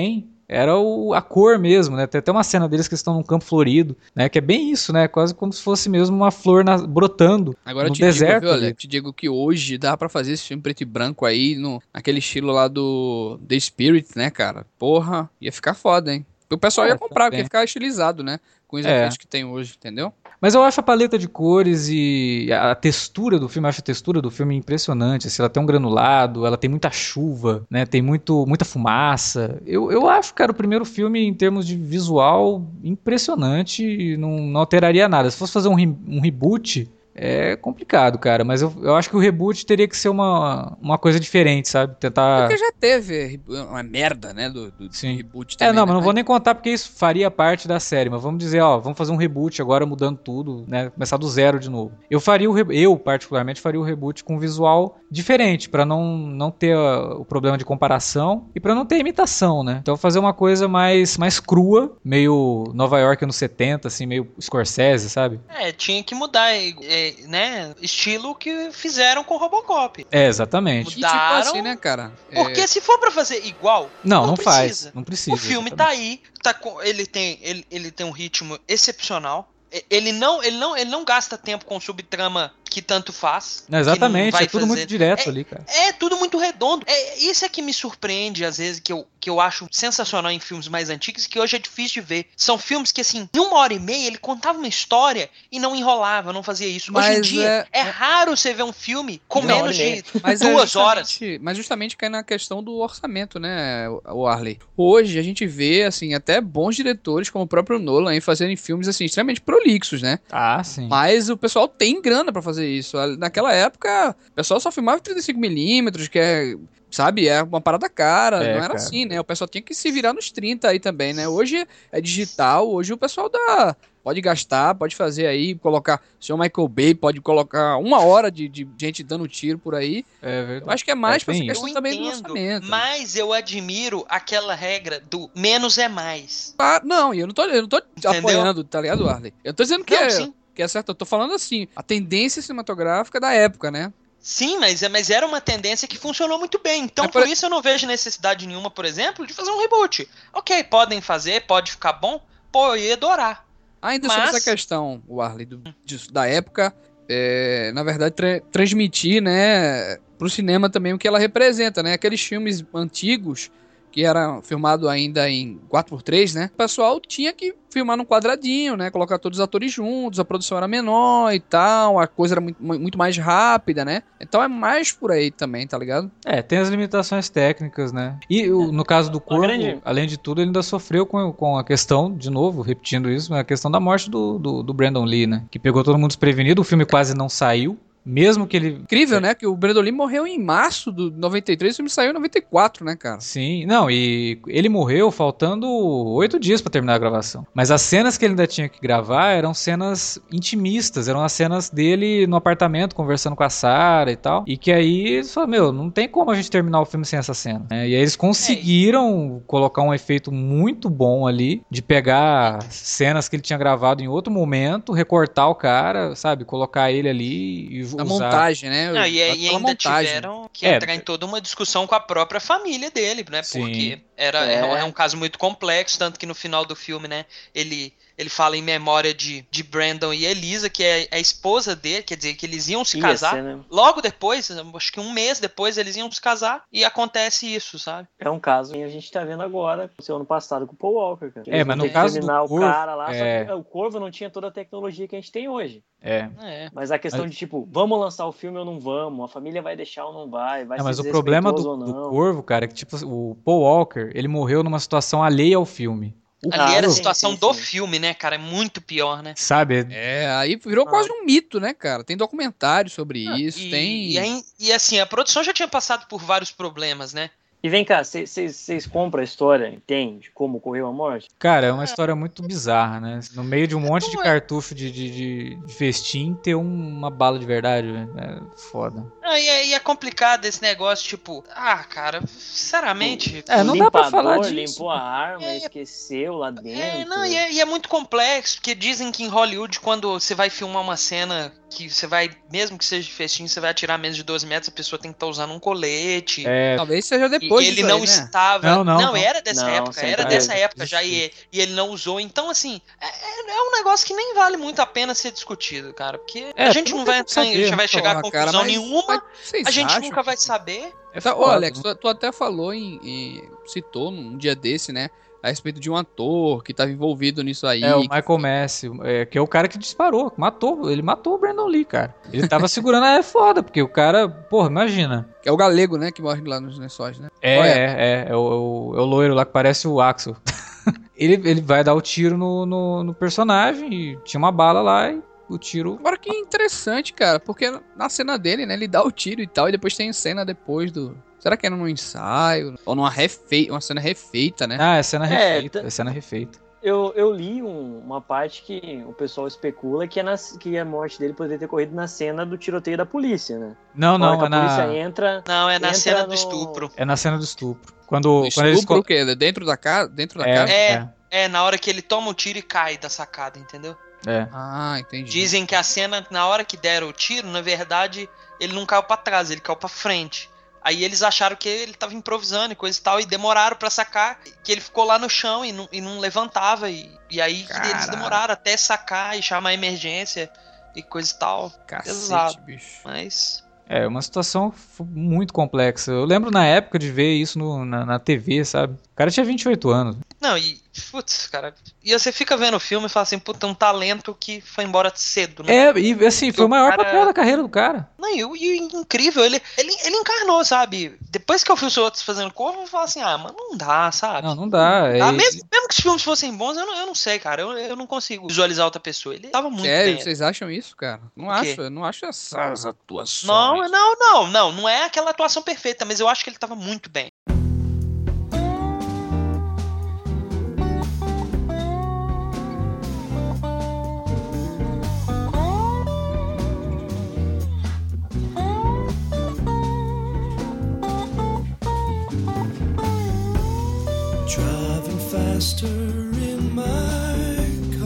Speaker 3: era a cor mesmo, né? Tem até uma cena deles que estão num campo florido, né? Que é bem isso, né? Quase como se fosse mesmo uma flor brotando
Speaker 5: Agora
Speaker 3: no
Speaker 5: eu
Speaker 3: deserto.
Speaker 5: digo, viu,
Speaker 3: ali.
Speaker 5: Alex, te digo que hoje dá pra fazer esse filme preto e branco aí, naquele estilo lá do The Spirit, né, cara? Porra, ia ficar foda, hein? O pessoal ia comprar, porque ia ficar estilizado, né? Com os efeitos que tem hoje, entendeu?
Speaker 3: Mas eu acho a paleta de cores e a textura do filme, eu acho a textura do filme impressionante. Assim, ela tem um granulado, ela tem muita chuva, né? Tem muita fumaça. Eu acho, cara, o primeiro filme, em termos de visual, impressionante e não alteraria nada. Se fosse fazer um reboot, é complicado, cara. Mas eu acho que o reboot teria que ser uma coisa diferente, sabe? Tentar...
Speaker 5: Porque já teve uma merda, né, do reboot também.
Speaker 3: Não, mas não vou nem contar porque isso faria parte da série. Mas vamos dizer, vamos fazer um reboot agora mudando tudo, né? Começar do zero de novo. Eu particularmente faria o reboot com um visual diferente, pra não ter o problema de comparação e pra não ter imitação, né? Então fazer uma coisa mais crua, meio Nova York anos 70, assim, meio Scorsese, sabe?
Speaker 4: Tinha que mudar, né? Estilo que fizeram com Robocop.
Speaker 3: Exatamente.
Speaker 5: E tipo assim, né, cara?
Speaker 4: Porque se for pra fazer igual,
Speaker 3: não
Speaker 4: precisa.
Speaker 3: faz. Não precisa.
Speaker 4: O filme tá aí, ele tem um ritmo excepcional. Ele não gasta tempo com subtrama que tanto faz.
Speaker 3: Exatamente, é tudo muito direto ali, cara.
Speaker 4: É tudo muito redondo. Isso é que me surpreende, às vezes, que eu acho sensacional em filmes mais antigos, que hoje é difícil de ver. São filmes que, assim, em 1h30 ele contava uma história e não enrolava, não fazia isso.
Speaker 5: Mas
Speaker 4: hoje em dia, é raro você ver um filme com menos de 2 horas.
Speaker 5: Mas justamente cai na questão do orçamento, né, o Arley? Hoje a gente vê, assim, até bons diretores, como o próprio Nolan, aí, fazendo filmes, assim, extremamente prolixos, né?
Speaker 3: Ah, sim.
Speaker 5: Mas o pessoal tem grana pra fazer isso. Naquela época, o pessoal só filmava 35mm, que é, sabe, é uma parada cara. Não era cara. Assim, né? O pessoal tinha que se virar nos 30 aí também, né? Hoje é digital, hoje o pessoal pode gastar, pode fazer aí, colocar. O senhor Michael Bay pode colocar 1 hora de gente dando tiro por aí.
Speaker 3: É verdade.
Speaker 5: Eu acho que é mais pra essa questão também do orçamento.
Speaker 4: Mas eu admiro aquela regra do menos é mais.
Speaker 5: Ah, não, eu não tô apoiando, tá ligado, Arley? Eu tô dizendo que que é certo, eu tô falando assim, a tendência cinematográfica da época, né?
Speaker 4: Sim, mas era uma tendência que funcionou muito bem. Então, por isso eu não vejo necessidade nenhuma, por exemplo, de fazer um reboot. Ok, podem fazer, pode ficar bom, eu ia adorar.
Speaker 5: Ainda sobre essa questão, o Arley, da época, na verdade, transmitir, né, pro cinema também o que ela representa, né? Aqueles filmes antigos que era filmado ainda em 4x3, né? O pessoal tinha que filmar num quadradinho, né? Colocar todos os atores juntos, a produção era menor e tal, a coisa era muito mais rápida, né? Então é mais por aí também, tá ligado?
Speaker 3: Tem as limitações técnicas, né? E no caso do Corvo, além de tudo, ele ainda sofreu com a questão, de novo, repetindo isso, a questão da morte do Brandon Lee, né? Que pegou todo mundo desprevenido, o filme quase não saiu. Mesmo que ele...
Speaker 5: Incrível, né? Que o Brandon Lee morreu em março de 93, o filme saiu em 94, né, cara?
Speaker 3: Sim, não, e ele morreu faltando 8 dias pra terminar a gravação. Mas as cenas que ele ainda tinha que gravar eram cenas intimistas, eram as cenas dele no apartamento, conversando com a Sarah e tal. E que aí eles falaram, não tem como a gente terminar o filme sem essa cena. E aí eles conseguiram colocar um efeito muito bom ali, de pegar cenas que ele tinha gravado em outro momento, recortar o cara, sabe, colocar ele ali e
Speaker 5: a montagem, né?
Speaker 4: E ainda tiveram que entrar em toda uma discussão com a própria família dele, né?
Speaker 3: Sim.
Speaker 4: Porque é um caso muito complexo, tanto que no final do filme, né, ele fala em memória de Brandon e Elisa, que é a esposa dele, quer dizer, que eles iam se casar. Né? Logo depois, acho que 1 mês depois, eles iam se casar e acontece isso, sabe?
Speaker 2: É um caso que a gente tá vendo agora, aconteceu ano passado com o Paul Walker, cara.
Speaker 3: Mas no caso do Corvo,
Speaker 2: cara lá, só que o Corvo não tinha toda a tecnologia que a gente tem hoje. Mas a questão de, tipo, vamos lançar o filme ou não vamos? A família vai deixar ou não vai?
Speaker 3: Mas o problema do Corvo, cara, é que, tipo, o Paul Walker, ele morreu numa situação alheia ao filme.
Speaker 4: Ali era a situação do filme, né, cara? É muito pior, né?
Speaker 3: Sabe?
Speaker 5: Aí virou quase um mito, né, cara? Tem documentário sobre isso,
Speaker 4: E assim, a produção já tinha passado por vários problemas, né?
Speaker 2: E vem cá, vocês compram a história, entende? Como ocorreu a morte?
Speaker 3: Cara, é uma história muito bizarra, né? No meio de um monte de cartucho de festim, ter uma bala de verdade, né? É foda.
Speaker 4: E é complicado esse negócio, tipo... cara, sinceramente...
Speaker 3: não dá pra falar disso.
Speaker 2: Limpou a arma, esqueceu lá dentro.
Speaker 4: E é muito complexo, porque dizem que em Hollywood, quando você vai filmar uma cena que você vai, mesmo que seja de festim, você vai atirar menos de 12 metros, a pessoa tem que estar usando um colete.
Speaker 5: Talvez seja depois depois
Speaker 4: ele
Speaker 5: disso
Speaker 4: não
Speaker 5: aí, né?
Speaker 4: estava.
Speaker 3: Não.
Speaker 4: Era dessa
Speaker 2: Não,
Speaker 4: época.
Speaker 2: sempre
Speaker 4: Era
Speaker 2: teve.
Speaker 4: dessa época já e ele não usou. Então, assim, é um negócio que nem vale muito a pena ser discutido, cara. Porque a gente não vai entrar, a gente vai chegar a conclusão nenhuma.
Speaker 5: Vocês
Speaker 4: A gente
Speaker 5: acham
Speaker 4: nunca vai
Speaker 5: que-
Speaker 4: saber.
Speaker 5: Tá, ô, Alex, tu até falou citou num dia desse, né? A respeito de um ator que tava envolvido nisso aí.
Speaker 3: É, o Michael Messi, que é o cara que disparou, ele matou o Brandon Lee, cara. Ele tava segurando, é foda, porque o cara, porra, imagina.
Speaker 5: É o galego, né? Que morre lá nos lençóis, né?
Speaker 3: É o loiro lá que parece o Axel. ele vai dar o tiro no personagem e tinha uma bala lá e o tiro...
Speaker 5: Agora que interessante, cara, porque na cena dele, né? Ele dá o tiro e tal, e depois tem cena depois do... Será que era num ensaio? Ou uma cena refeita, né?
Speaker 3: Ah, é cena refeita,
Speaker 2: É,
Speaker 3: é cena refeita.
Speaker 2: Eu li uma parte que o pessoal especula que, que a morte dele poderia ter corrido na cena do tiroteio da polícia, né?
Speaker 3: Não,
Speaker 2: Na hora
Speaker 3: não,
Speaker 2: que
Speaker 3: é
Speaker 2: a polícia
Speaker 3: na...
Speaker 2: entra...
Speaker 4: Não, é na
Speaker 2: entra
Speaker 4: cena
Speaker 2: no-
Speaker 4: do estupro.
Speaker 3: É na cena do estupro. Quando eles...
Speaker 5: Estupro, o quê? Dentro da casa?
Speaker 4: É, na hora que ele toma o tiro e cai da sacada, entendeu?
Speaker 3: É.
Speaker 5: Ah, entendi.
Speaker 4: Dizem que a cena, na hora que deram o tiro, na verdade, ele não caiu pra trás, ele caiu pra frente. Aí eles acharam que ele tava improvisando e coisa e tal, e demoraram pra sacar, que ele ficou lá no chão e não levantava. E aí que eles demoraram até sacar e chamar a emergência e coisa e tal.
Speaker 5: Cacete,
Speaker 4: Exato.
Speaker 5: bicho.
Speaker 4: Mas...
Speaker 3: É uma situação muito complexa. Eu lembro na época de ver isso na TV, sabe? O cara tinha 28 anos.
Speaker 4: Não, putz, cara. E você fica vendo o filme e fala assim, puta, um talento que foi embora cedo, né?
Speaker 3: É, e assim, foi o maior papel da carreira do cara.
Speaker 4: Não, e incrível, ele encarnou, sabe? Depois que eu vi os outros fazendo Corvo, eu falo assim, mas não dá, sabe?
Speaker 3: Não dá.
Speaker 4: Mesmo que os filmes fossem bons, eu não sei, cara. Eu não consigo visualizar outra pessoa. Ele tava muito
Speaker 5: Sério,
Speaker 4: bem.
Speaker 5: vocês acham isso, cara? Não
Speaker 4: O quê?
Speaker 5: acho, eu não acho essas atuações.
Speaker 4: Não é aquela atuação perfeita, mas eu acho que ele tava muito bem.
Speaker 6: Driving faster in my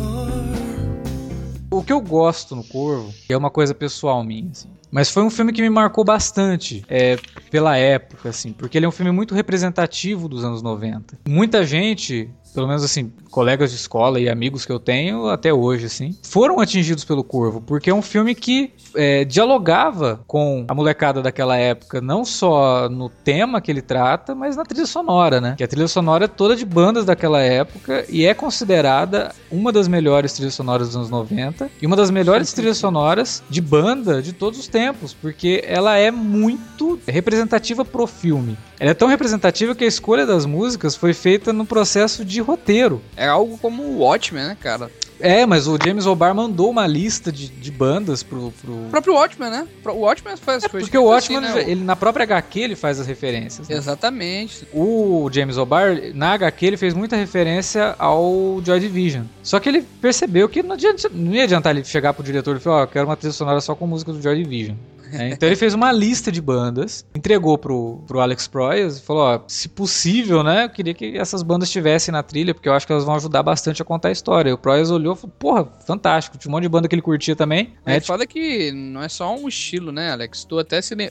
Speaker 6: car.
Speaker 3: O que eu gosto no Corvo é uma coisa pessoal minha, assim. Mas foi um filme que me marcou bastante pela época, assim, porque ele é um filme muito representativo dos anos 90. Muita gente, pelo menos assim, colegas de escola e amigos que eu tenho até hoje, assim, foram atingidos pelo Corvo, porque é um filme que dialogava com a molecada daquela época, não só no tema que ele trata, mas na trilha sonora, né? Que a trilha sonora é toda de bandas daquela época e é considerada uma das melhores trilhas sonoras dos anos 90 e uma das melhores trilhas sonoras de banda de todos os tempos, porque ela é muito representativa pro filme. Ela é tão representativa que a escolha das músicas foi feita no processo de roteiro.
Speaker 5: É algo como o Watchmen, né, cara?
Speaker 3: Mas o James O'Barr mandou uma lista de bandas pro...
Speaker 5: O próprio Watchmen, né? O Watchmen foi
Speaker 3: porque o Watchmen,
Speaker 5: assim, né?
Speaker 3: ele, na própria HQ, ele faz as referências. Né?
Speaker 5: Exatamente.
Speaker 3: O James O'Barr, na HQ, ele fez muita referência ao Joy Division. Só que ele percebeu que não ia adiantar ele chegar pro diretor e falar, quero uma trilha sonora só com música do Joy Division. Então ele fez uma lista de bandas, entregou pro Alex Proyas e falou, se possível, né, eu queria que essas bandas estivessem na trilha, porque eu acho que elas vão ajudar bastante a contar a história. E o Proyas olhou e falou, porra, fantástico, tinha um monte de banda que ele curtia também.
Speaker 5: É foda que não é só um estilo, né, Alex? Tu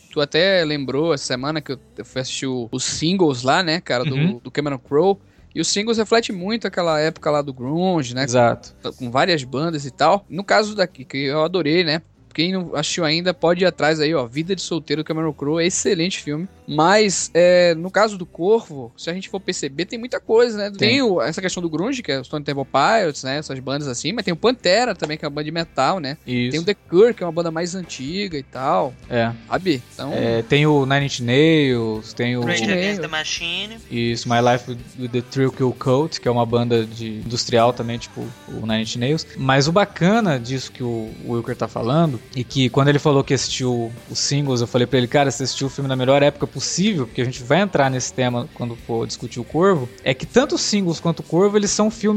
Speaker 5: até lembrou essa semana que eu fui assistir os singles lá, né, cara, do Cameron Crowe. E os singles refletem muito aquela época lá do grunge, né?
Speaker 3: Exato.
Speaker 5: Com várias bandas e tal. No caso daqui, que eu adorei, né? Quem não assistiu ainda pode ir atrás aí, ó. Vida de Solteiro, Cameron Crowe, excelente filme. Mas, no caso do Corvo, se a gente for perceber, tem muita coisa, né? Tem essa questão do grunge, que é o Stone Temple Pilots, né? Essas bandas assim. Mas tem o Pantera também, que é uma banda de metal, né?
Speaker 3: Isso.
Speaker 5: Tem o The Cure, que é uma banda mais antiga e tal. Sabe? Então...
Speaker 3: tem o Nine Inch Nails, tem o...
Speaker 4: Rage Against the Machine.
Speaker 3: Isso, My Life with the Thrill Kill Cult, que é uma banda de industrial também, tipo o Nine Inch Nails. Mas o bacana disso que o Wilker tá falando, e que quando ele falou que assistiu os singles, eu falei pra ele, cara, você assistiu o filme na melhor época possível, porque a gente vai entrar nesse tema quando for discutir o Corvo, é que tanto os singles quanto o Corvo, eles são filmes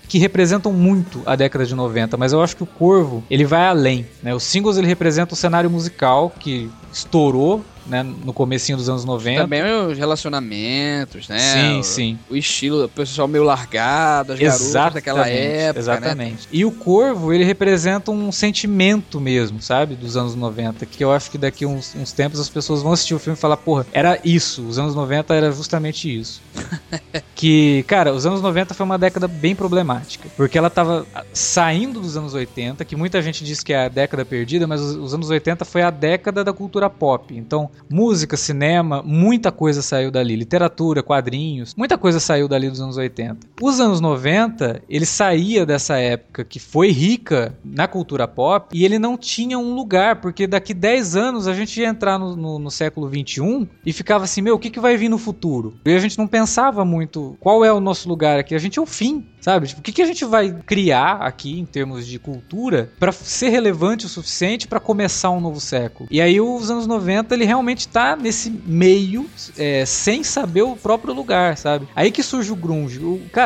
Speaker 3: que representam muito a década de 90, mas eu acho que o Corvo, ele vai além, né? Os singles, ele representa o cenário musical que estourou, né, no comecinho dos anos 90.
Speaker 5: Também os relacionamentos, né?
Speaker 3: Sim.
Speaker 5: O estilo, o pessoal meio largado, as garotas daquela época,
Speaker 3: exatamente.
Speaker 5: Né?
Speaker 3: E o Corvo, ele representa um sentimento mesmo, sabe? Dos anos 90, que eu acho que daqui uns tempos as pessoas vão assistir o filme e falar, porra, era isso, os anos 90 era justamente isso. Que, cara, os anos 90 foi uma década bem problemática, porque ela tava saindo dos anos 80, que muita gente diz que é a década perdida, mas os anos 80 foi a década da cultura pop. Então, música, cinema, muita coisa saiu dali. Literatura, quadrinhos, muita coisa saiu dali dos anos 80. Os anos 90, ele saía dessa época que foi rica na cultura pop e ele não tinha um lugar, porque daqui 10 anos a gente ia entrar no século 21 e ficava assim, meu, o que vai vir no futuro? E a gente não pensava muito qual é o nosso lugar aqui. A gente é o fim, sabe? Tipo, o que a gente vai criar aqui em termos de cultura para ser relevante o suficiente para começar um novo século? E aí os anos 90, ele realmente tá nesse meio, sem saber o próprio lugar, sabe? Aí que surge o grunge.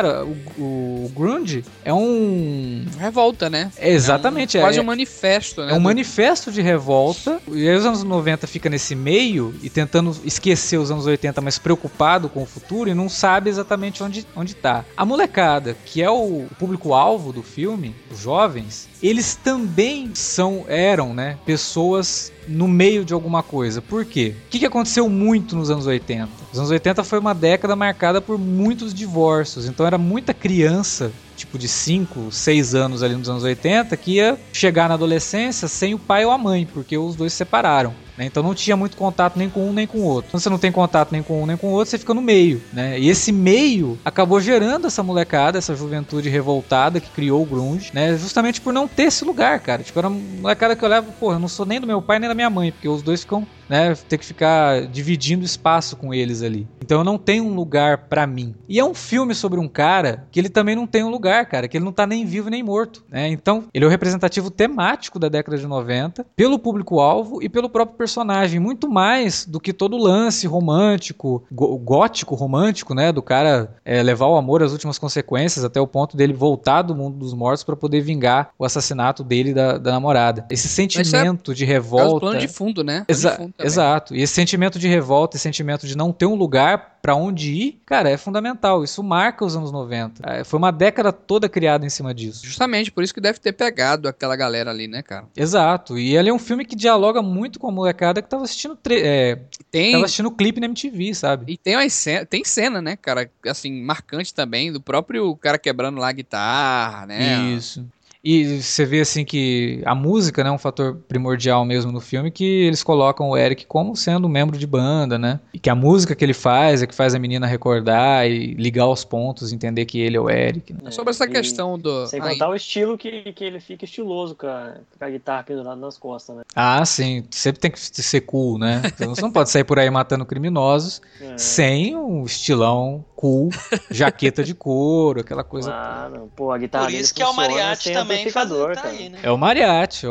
Speaker 3: O grunge é um...
Speaker 5: revolta, né?
Speaker 3: Exatamente.
Speaker 5: Quase um manifesto, né?
Speaker 3: É um manifesto de revolta. E aí os anos 90 fica nesse meio e tentando esquecer os anos 80, mas preocupado com o futuro e não sabe exatamente onde tá. A molecada, que é o público-alvo do filme, os jovens, eles também eram, né, pessoas no meio de alguma coisa. Por quê? O que aconteceu muito nos anos 80? Os anos 80 foi uma década marcada por muitos divórcios, então era muita criança, tipo de 5, 6 anos ali nos anos 80, que ia chegar na adolescência sem o pai ou a mãe, porque os dois se separaram. Então não tinha muito contato nem com um nem com o outro. Quando você não tem contato nem com um nem com o outro, você fica no meio, né? E esse meio acabou gerando essa molecada, essa juventude revoltada que criou o grunge, né? Justamente por não ter esse lugar, cara. Tipo, era uma molecada que eu olhava, porra, eu não sou nem do meu pai nem da minha mãe, porque os dois ficam, né, ter que ficar dividindo espaço com eles ali. Então eu não tenho um lugar pra mim. E é um filme sobre um cara que ele também não tem um lugar, cara, que ele não tá nem vivo nem morto, né? Então ele é o representativo temático da década de 90, pelo público-alvo e pelo próprio personagem, muito mais do que todo lance romântico, gótico romântico, né, do cara levar o amor às últimas consequências, até o ponto dele voltar do mundo dos mortos pra poder vingar o assassinato dele e da namorada. Esse sentimento de revolta...
Speaker 5: É o plano de fundo, né?
Speaker 3: Exato. E esse sentimento de revolta, esse sentimento de não ter um lugar pra onde ir, cara, é fundamental. Isso marca os anos 90. Foi uma década toda criada em cima disso.
Speaker 5: Justamente, por isso que deve ter pegado aquela galera ali, né, cara?
Speaker 3: Exato. E ele é um filme que dialoga muito com a molecada que tava assistindo tava assistindo o clipe na MTV, sabe?
Speaker 5: E tem cena, né, cara, assim, marcante também, do próprio cara quebrando lá a guitarra, né?
Speaker 3: Isso. E você vê assim que a música, né, é um fator primordial mesmo no filme, que eles colocam o Eric como sendo um membro de banda, né? E que a música que ele faz é que faz a menina recordar e ligar os pontos, entender que ele é o Eric. Né?
Speaker 5: Sobre essa questão do...
Speaker 2: Sem contar o estilo que ele fica estiloso com a guitarra pendurada nas costas, né?
Speaker 3: Ah, sim. Sempre tem que ser cool, né? Você não pode sair por aí matando criminosos sem um estilão cool, jaqueta de couro, aquela coisa.
Speaker 2: Claro. Pô, a guitarra
Speaker 4: por isso que é o mariachi também tá aí, né?
Speaker 3: É o mariachi.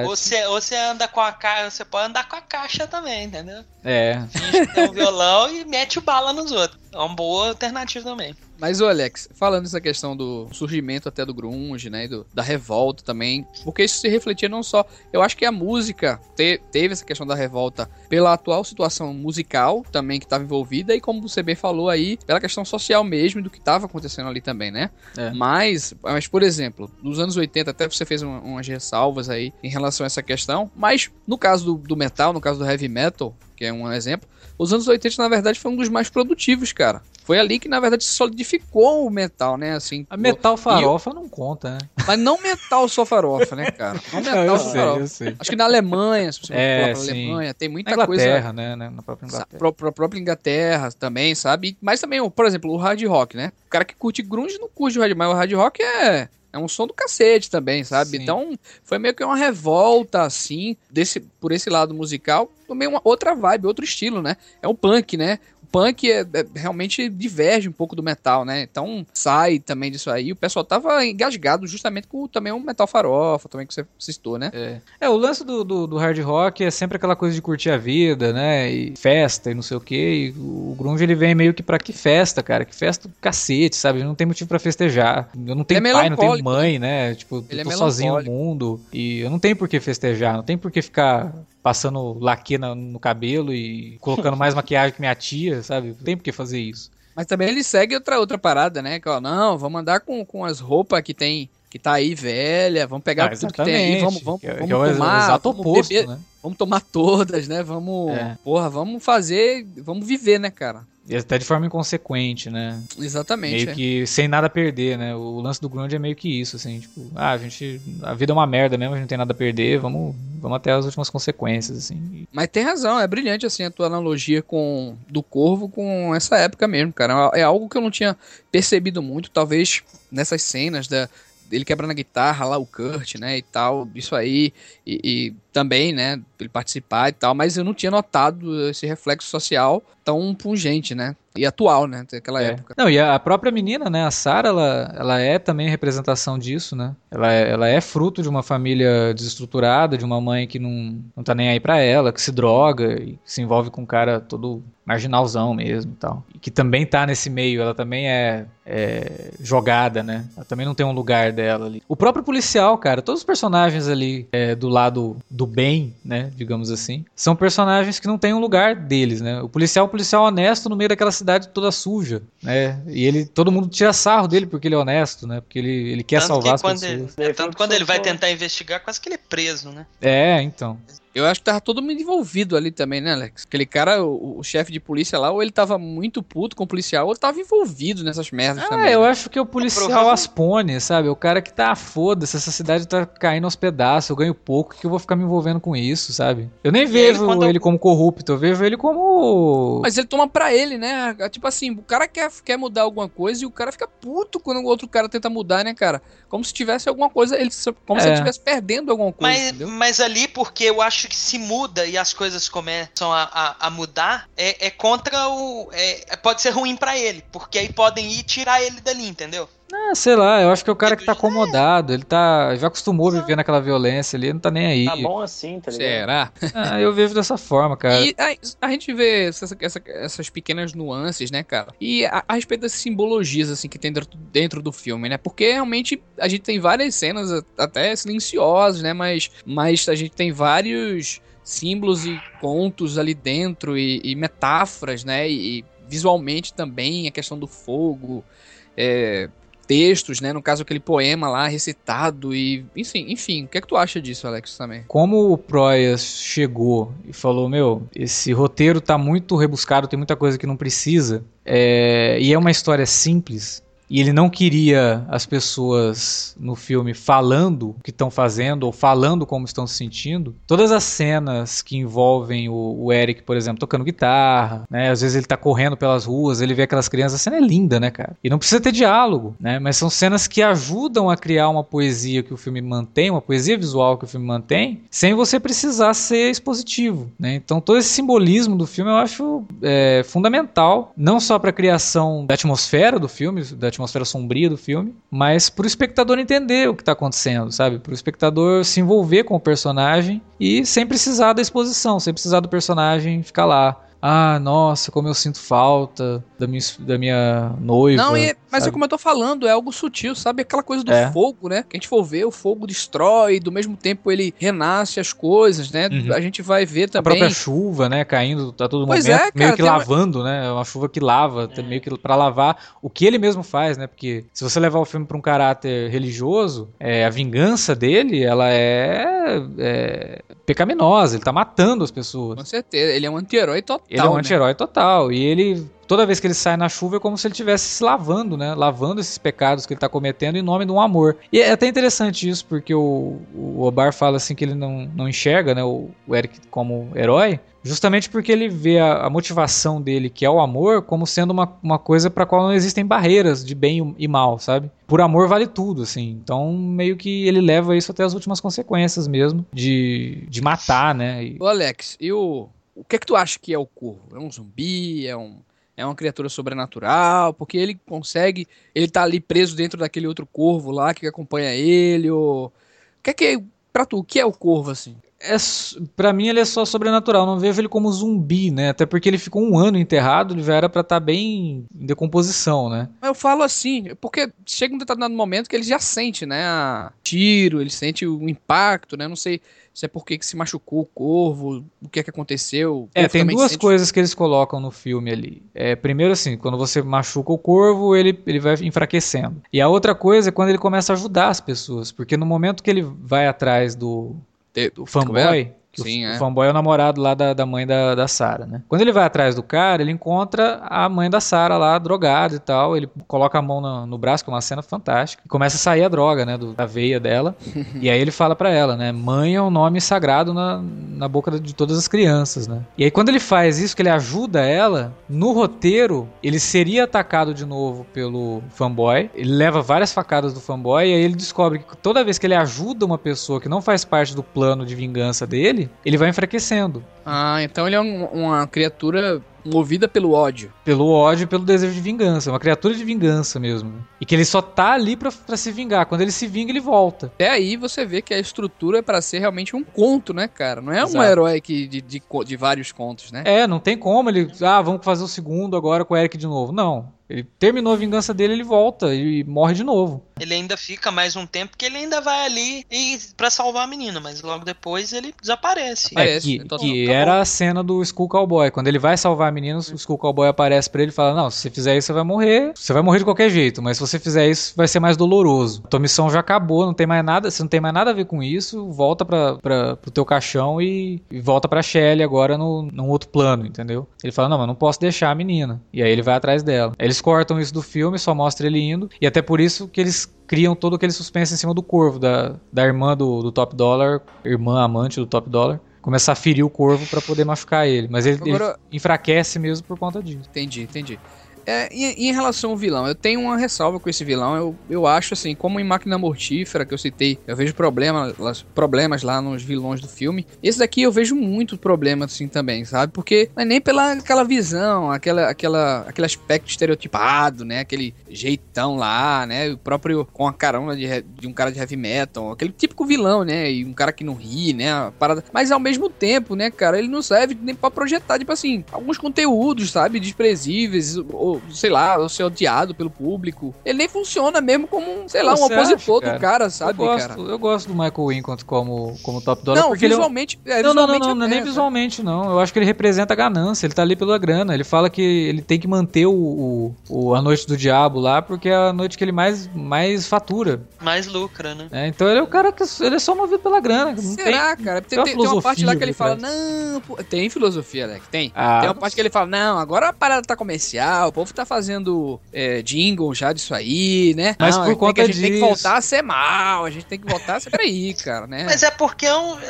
Speaker 4: Você anda com a caixa, você pode andar com a caixa também, entendeu?
Speaker 3: Finge
Speaker 4: que tem um violão e mete o bala nos outros. É uma boa alternativa também.
Speaker 5: Mas, ô Alex, falando dessa questão do surgimento até do grunge, né, da revolta também, porque isso se refletia não só... Eu acho que a música teve essa questão da revolta pela atual situação musical também que estava envolvida e, como você bem falou aí, pela questão social mesmo do que estava acontecendo ali também, né? Mas, por exemplo, nos anos 80, até você fez umas ressalvas aí em relação a essa questão, mas no caso do metal, no caso do heavy metal, que é um exemplo, os anos 80, na verdade, foi um dos mais produtivos, cara. Foi ali que, na verdade, se solidificou o metal, né? Assim,
Speaker 3: a metal farofa não conta, né?
Speaker 5: Mas não metal só farofa, né, cara? Não metal só farofa.
Speaker 3: Eu sei.
Speaker 5: Acho que na Alemanha, se você falar pra Alemanha, tem muita coisa...
Speaker 3: Na Inglaterra, né? Na própria Inglaterra.
Speaker 5: Pra própria Inglaterra também, sabe? Mas também, por exemplo, o hard rock, né? O cara que curte grunge não curte o hard, mas o hard rock é um som do cacete também, sabe? Sim. Então, foi meio que uma revolta, assim, por esse lado musical, também uma outra vibe, outro estilo, né? É o punk, né? O punk realmente diverge um pouco do metal, né? Então sai também disso aí. O pessoal tava engasgado justamente com também um metal farofa, também que você citou, né?
Speaker 3: O lance do hard rock é sempre aquela coisa de curtir a vida, né? E festa e não sei o quê. E o grunge ele vem meio que pra que festa, cara? Que festa do cacete, sabe? Não tem motivo pra festejar. Eu não tenho pai, não tenho mãe, né? Tipo, eu tô sozinho no mundo. E eu não tenho por que festejar, não tenho por que ficar passando laque no cabelo e colocando mais maquiagem que minha tia, sabe? Não tem por que fazer isso.
Speaker 5: Mas também ele segue outra parada, né? Que, ó, não, vamos andar com as roupas que tá aí velha, vamos pegar tudo que tem aí, vamos tomar,
Speaker 3: o exato oposto,
Speaker 5: beber,
Speaker 3: né?
Speaker 5: Vamos tomar todas, né? Vamos vamos viver, né, cara?
Speaker 3: E até de forma inconsequente, né?
Speaker 5: Exatamente.
Speaker 3: Meio que sem nada a perder, né? O lance do grunge é meio que isso, assim, tipo, a vida é uma merda mesmo, a gente não tem nada a perder, vamos até as últimas consequências, assim.
Speaker 5: Mas tem razão, é brilhante, assim, a tua analogia do Corvo com essa época mesmo, cara. É algo que eu não tinha percebido muito, talvez nessas cenas dele quebrando a guitarra lá, o Kurt, né, e tal, isso aí, e também, né, ele participar e tal, mas eu não tinha notado esse reflexo social tão pungente, né, e atual, né, daquela época.
Speaker 3: Não, e a própria menina, né, a Sarah, ela é também representação disso, né, ela é fruto de uma família desestruturada, de uma mãe que não tá nem aí pra ela, que se droga e se envolve com um cara todo marginalzão mesmo e tal, e que também tá nesse meio, ela também é jogada, né, ela também não tem um lugar dela ali. O próprio policial, cara, todos os personagens ali do lado do bem, né, digamos assim, são personagens que não têm um lugar deles, né, o policial honesto no meio daquela cidade toda suja, né, e todo mundo tira sarro dele porque ele é honesto, né, porque ele quer salvar as pessoas.
Speaker 4: Tanto quando ele vai tentar investigar, quase que ele é preso, né.
Speaker 3: Então.
Speaker 5: Eu acho que tava todo mundo envolvido ali também, né, Alex? Aquele cara, o chefe de polícia lá, ou ele tava muito puto com o policial, ou ele tava envolvido nessas merdas também.
Speaker 3: Eu acho que é o policial aspone, sabe? O cara que tá, foda-se, essa cidade tá caindo aos pedaços, eu ganho pouco, que eu vou ficar me envolvendo com isso, sabe? Eu nem vejo ele como corrupto, eu vejo ele como...
Speaker 5: Mas ele toma pra ele, né? Tipo assim, o cara quer mudar alguma coisa e o cara fica puto quando o outro cara tenta mudar, né, cara? Como se tivesse alguma coisa, se ele estivesse perdendo alguma coisa,
Speaker 4: mas ali, porque eu acho que se muda e as coisas começam a mudar, contra pode ser ruim pra ele, porque aí podem ir tirar ele dali, entendeu?
Speaker 3: Sei lá, eu acho que é o cara que tá acomodado, ele já acostumou a viver naquela violência ali, não tá nem aí.
Speaker 2: Tá bom assim, tá ligado?
Speaker 5: Será?
Speaker 3: Eu vejo dessa forma, cara.
Speaker 5: E a gente vê essas pequenas nuances, né, cara? E a respeito das simbologias, assim, que tem dentro do filme, né? Porque realmente a gente tem várias cenas até silenciosas, né? Mas a gente tem vários símbolos e contos ali dentro e metáforas, né? E visualmente também a questão do fogo, textos, né? No caso, aquele poema lá recitado e... Enfim, o que é que tu acha disso, Alex, também?
Speaker 3: Como o Proyas chegou e falou, esse roteiro tá muito rebuscado, tem muita coisa que não precisa, e é uma história simples, e ele não queria as pessoas no filme falando o que estão fazendo ou falando como estão se sentindo. Todas as cenas que envolvem o Eric, por exemplo, tocando guitarra, né? Às vezes ele tá correndo pelas ruas, ele vê aquelas crianças, a cena é linda, né, cara? E não precisa ter diálogo, né? Mas são cenas que ajudam a criar uma poesia que o filme mantém, uma poesia visual que o filme mantém, sem você precisar ser expositivo, né? Então todo esse simbolismo do filme eu acho fundamental, não só para a criação da atmosfera do filme, da atmosfera sombria do filme, mas pro espectador entender o que tá acontecendo, sabe? Pro espectador se envolver com o personagem e sem precisar da exposição, sem precisar do personagem ficar lá. Nossa, como eu sinto falta da minha noiva.
Speaker 5: Não, mas é como eu tô falando, é algo sutil, sabe? Aquela coisa do fogo, né? Que a gente for ver, o fogo destrói, do mesmo tempo ele renasce as coisas, né?
Speaker 3: Uhum.
Speaker 5: A gente vai ver também...
Speaker 3: A própria chuva, né? Caindo a todo momento,
Speaker 5: cara,
Speaker 3: meio que lavando, né? É uma chuva que lava, meio que pra lavar o que ele mesmo faz, né? Porque se você levar o filme pra um caráter religioso, a vingança dele, ela é pecaminosa, ele tá matando as pessoas.
Speaker 5: Com certeza, ele é um anti-herói total.
Speaker 3: Ele é um anti-herói total. E ele, toda vez que ele sai na chuva, é como se ele estivesse se lavando, né? Lavando esses pecados que ele tá cometendo em nome de um amor. E é até interessante isso, porque o Obar fala assim que ele não enxerga, né, o Eric como herói, justamente porque ele vê a motivação dele, que é o amor, como sendo uma coisa para qual não existem barreiras de bem e mal, sabe? Por amor vale tudo, assim. Então, meio que ele leva isso até as últimas consequências mesmo, de matar, né?
Speaker 5: Ô, Alex, o que é que tu acha que é o Corvo? É um zumbi? é uma criatura sobrenatural, porque ele consegue, ele tá ali preso dentro daquele outro corvo lá que acompanha ele, ou... Pra tu, o que é o corvo, assim?
Speaker 3: Pra mim ele é só sobrenatural, não vejo ele como zumbi, né? Até porque ele ficou 1 ano enterrado, ele já era pra estar bem em decomposição, né?
Speaker 5: Mas eu falo assim, porque chega um determinado momento que ele já sente, né, tiro, ele sente o impacto, né, não sei se é porque que se machucou o corvo, o que é que aconteceu.
Speaker 3: Tem duas coisas que eles colocam no filme ali. Primeiro assim, quando você machuca o corvo, ele vai enfraquecendo. E a outra coisa é quando ele começa a ajudar as pessoas, porque no momento que ele vai atrás do fanboy, o fanboy é o namorado lá da mãe da Sarah, né? Quando ele vai atrás do cara, ele encontra a mãe da Sarah lá, drogada e tal. Ele coloca a mão no braço, que é uma cena fantástica. E começa a sair a droga, né? Da veia dela. E aí ele fala pra ela, né? Mãe é um nome sagrado na boca de todas as crianças, né? E aí quando ele faz isso, que ele ajuda ela, no roteiro, ele seria atacado de novo pelo fanboy. Ele leva várias facadas do fanboy. E aí ele descobre que toda vez que ele ajuda uma pessoa que não faz parte do plano de vingança dele, ele vai enfraquecendo.
Speaker 5: Ah, então ele é uma criatura movida pelo ódio.
Speaker 3: Pelo ódio e pelo desejo de vingança. Uma criatura de vingança mesmo. E que ele só tá ali pra se vingar. Quando ele se vinga, ele volta.
Speaker 5: Até aí você vê que a estrutura é pra ser realmente um conto, né, cara? Não é
Speaker 3: Exato.
Speaker 5: Um herói de vários contos, né?
Speaker 3: Não tem como ele... vamos fazer o segundo agora com o Eric de novo. Não. Ele terminou a vingança dele, ele volta e morre de novo.
Speaker 4: Ele ainda fica mais um tempo, porque ele ainda vai ali pra salvar a menina, mas logo depois ele desaparece.
Speaker 3: Que era a cena do Skull Cowboy. Quando ele vai salvar a menina, o Skull Cowboy aparece pra ele e fala, não, se você fizer isso, você vai morrer. Você vai morrer de qualquer jeito, mas se você fizer isso, vai ser mais doloroso. Tua missão já acabou, não tem mais nada, você não tem mais nada a ver com isso, volta pro teu caixão e volta pra Shelley agora num outro plano, entendeu? Ele fala, não, mas não posso deixar a menina. E aí ele vai atrás dela. Aí eles cortam isso do filme, só mostra ele indo, e até por isso que eles criam todo aquele suspense em cima do corvo, da irmã do Top Dollar, irmã amante do Top Dollar, começar a ferir o corvo pra poder machucar ele. Mas ele enfraquece mesmo por conta disso.
Speaker 5: Entendi. E em relação ao vilão, eu tenho uma ressalva com esse vilão. Eu acho assim, como em Máquina Mortífera, que eu citei, eu vejo problemas lá nos vilões do filme. Esse daqui eu vejo muito problema assim também, sabe? Porque não é nem pela aquela visão, aquele aspecto estereotipado, né? Aquele jeitão lá, né? O próprio com a carona de um cara de heavy metal, aquele típico vilão, né? E um cara que não ri, né? A parada. Mas ao mesmo tempo, né, cara, ele não serve nem pra projetar, tipo assim, alguns conteúdos, sabe? Desprezíveis, ou sei lá, ou ser odiado pelo público. Ele nem funciona mesmo como um opositor do cara, sabe,
Speaker 3: eu gosto do Michael Wincott como Top Dollar.
Speaker 5: Não, visualmente...
Speaker 3: Não é nem visualmente, não. Eu acho que ele representa a ganância, ele tá ali pela grana. Ele fala que ele tem que manter a Noite do Diabo lá, porque é a noite que ele mais fatura.
Speaker 4: Mais lucra, né?
Speaker 3: Então ele é o cara que ele é só movido pela grana.
Speaker 5: Será, cara? Tem uma parte lá que ele fala, não... Tem filosofia, né? Tem uma parte que ele fala, não, agora a parada tá comercial, o povo tá fazendo jingle já disso aí, né?
Speaker 3: Mas por conta disso...
Speaker 5: A gente tem que voltar a ser mal, a gente tem que voltar a ser... Peraí, cara, né?
Speaker 4: Mas é porque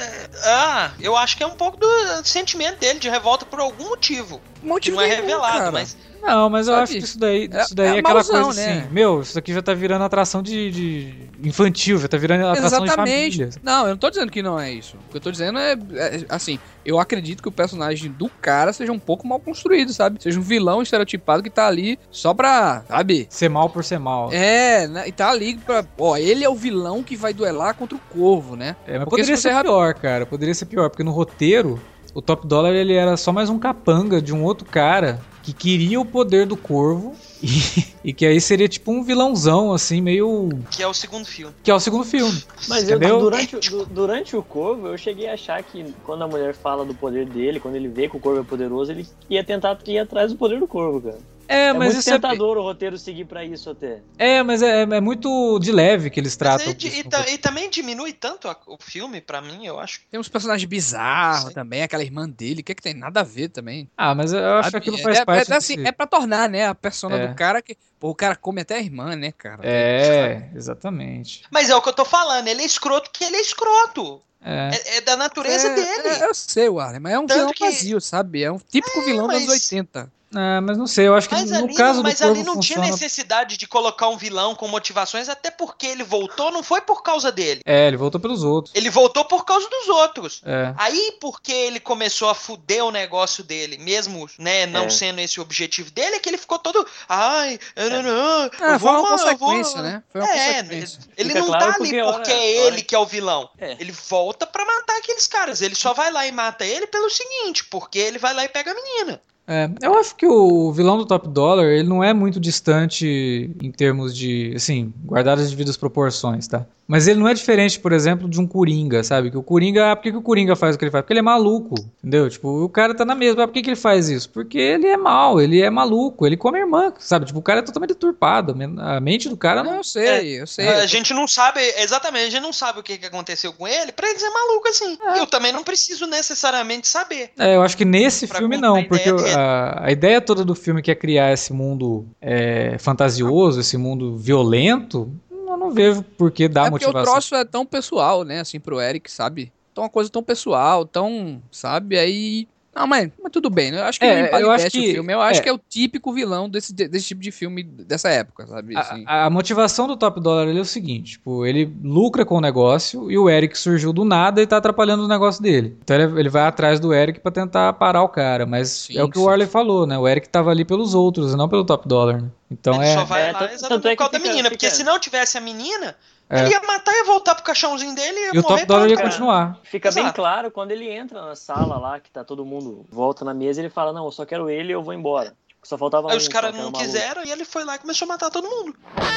Speaker 4: eu acho que é um pouco do sentimento dele de revolta por algum motivo.
Speaker 5: Motivo
Speaker 4: não é
Speaker 5: nenhum,
Speaker 4: revelado,
Speaker 5: cara.
Speaker 4: mas...
Speaker 3: Não, mas eu acho que isso daí é aquela
Speaker 5: mauzão,
Speaker 3: coisa assim,
Speaker 5: né?
Speaker 3: Isso aqui já tá virando atração de infantil, já tá virando atração de família.
Speaker 5: Não, eu não tô dizendo que não é isso. O que eu tô dizendo é assim, eu acredito que o personagem do cara seja um pouco mal construído, sabe? Seja um vilão estereotipado que tá ali só pra, sabe?
Speaker 3: Ser mal por ser mal.
Speaker 5: Né? E tá ali pra... ele é o vilão que vai duelar contra o corvo, né?
Speaker 3: Mas poderia ser pior, cara. Poderia ser pior, porque no roteiro, o Top Dollar, ele era só mais um capanga de um outro cara que queria o poder do corvo e que aí seria tipo um vilãozão, assim, meio...
Speaker 4: Que é o segundo filme.
Speaker 3: Mas
Speaker 2: durante o corvo, eu cheguei a achar que quando a mulher fala do poder dele, quando ele vê que o corvo é poderoso, ele ia tentar ir atrás do poder do corvo, cara.
Speaker 3: Mas
Speaker 2: muito tentador o roteiro seguir pra isso até.
Speaker 3: Mas é muito de leve que eles tratam.
Speaker 4: E também diminui tanto o filme, pra mim, eu acho.
Speaker 5: Tem uns personagens bizarros também, aquela irmã dele, que tem nada a ver também.
Speaker 3: Mas eu acho que aquilo faz parte
Speaker 5: assim, é pra tornar, né, a persona do cara que... Pô, o cara come até a irmã, né, cara?
Speaker 3: Exatamente.
Speaker 4: Mas é o que eu tô falando, ele é escroto porque ele é escroto. É da natureza dele.
Speaker 5: Eu sei, Warner, mas é um vilão vazio, sabe? É um típico vilão dos anos 80.
Speaker 3: Mas não sei, eu acho que
Speaker 4: Mas
Speaker 3: no
Speaker 4: ali,
Speaker 3: caso do
Speaker 4: mas ali
Speaker 3: Corvo
Speaker 4: não tinha
Speaker 3: funciona...
Speaker 4: necessidade de colocar um vilão com motivações, até porque ele voltou, não foi por causa dele.
Speaker 3: Ele voltou pelos outros.
Speaker 4: Ele voltou por causa dos outros.
Speaker 3: É.
Speaker 4: Aí, porque ele começou a fuder o negócio dele, mesmo, né, não sendo esse o objetivo dele, é que ele ficou todo... Ai,
Speaker 5: Foi uma consequência, né? Foi uma consequência.
Speaker 4: Ele
Speaker 2: Fica
Speaker 4: não
Speaker 2: claro
Speaker 4: tá ali
Speaker 2: porque
Speaker 4: porque
Speaker 2: hora-
Speaker 4: é
Speaker 2: hora-
Speaker 4: ele que é o vilão.
Speaker 2: É.
Speaker 4: Ele volta pra matar aqueles caras. Ele só vai lá e mata ele pelo seguinte, porque ele vai lá e pega a menina.
Speaker 3: Eu acho que o vilão do Top Dollar, ele não é muito distante em termos de, assim, guardadas as devidas proporções, tá? Mas ele não é diferente, por exemplo, de um Coringa, sabe? Que o Coringa, por que o Coringa faz o que ele faz? Porque ele é maluco, entendeu? Tipo, o cara tá na mesma, por que ele faz isso? Porque ele é mau, ele é maluco, ele come a irmã, sabe? Tipo, o cara é totalmente deturpado, a mente do cara não...
Speaker 5: Eu sei.
Speaker 4: A gente não sabe, exatamente, a gente não sabe o que aconteceu com ele pra ele ser maluco assim. E eu também não preciso necessariamente saber.
Speaker 3: Eu acho que nesse
Speaker 4: Pra
Speaker 3: filme
Speaker 4: contar a
Speaker 3: não,
Speaker 4: ideia
Speaker 3: porque
Speaker 4: dele.
Speaker 3: a ideia toda do filme que é criar esse mundo fantasioso, esse mundo violento, eu não vejo por que dar
Speaker 5: É porque o
Speaker 3: motivação.
Speaker 5: troço é tão pessoal, né, assim, pro Eric, sabe? Então uma coisa tão pessoal, tão, sabe? Aí... Não, mas tudo bem, né? Eu acho que não
Speaker 3: eu
Speaker 5: empalidece
Speaker 3: acho
Speaker 5: o
Speaker 3: que-
Speaker 5: filme. Eu acho que é o típico vilão desse tipo de filme dessa época, sabe? Assim.
Speaker 3: A motivação do Top Dollar ele é o seguinte, tipo, ele lucra com o negócio e o Eric surgiu do nada e tá atrapalhando o negócio dele. Então ele vai atrás do Eric pra tentar parar o cara, mas
Speaker 5: Sim,
Speaker 3: é o que
Speaker 5: sim.
Speaker 3: o Warley falou, né? O Eric tava ali pelos outros e não pelo Top Dollar, né? Então
Speaker 4: Ele só vai
Speaker 2: É,
Speaker 4: lá
Speaker 2: tanto
Speaker 4: exatamente
Speaker 2: é
Speaker 4: por causa
Speaker 2: que
Speaker 4: da
Speaker 2: fica-
Speaker 4: menina. Porque
Speaker 2: fica-
Speaker 4: se não tivesse a menina,
Speaker 3: É.
Speaker 4: ele ia matar, ia voltar pro caixãozinho dele e ia
Speaker 3: E o
Speaker 4: morrer.
Speaker 3: Top Dollar ia
Speaker 4: pronto.
Speaker 3: continuar.
Speaker 2: Fica bem
Speaker 4: Exato.
Speaker 2: claro quando ele entra na sala lá, que tá todo mundo volta na mesa e ele fala, não, eu só quero ele e eu vou embora. Tipo, só faltava
Speaker 4: Aí
Speaker 2: um,
Speaker 4: os
Speaker 2: só
Speaker 4: caras
Speaker 2: que era
Speaker 4: não
Speaker 2: o maluco.
Speaker 4: quiseram e ele foi lá e começou a matar todo mundo.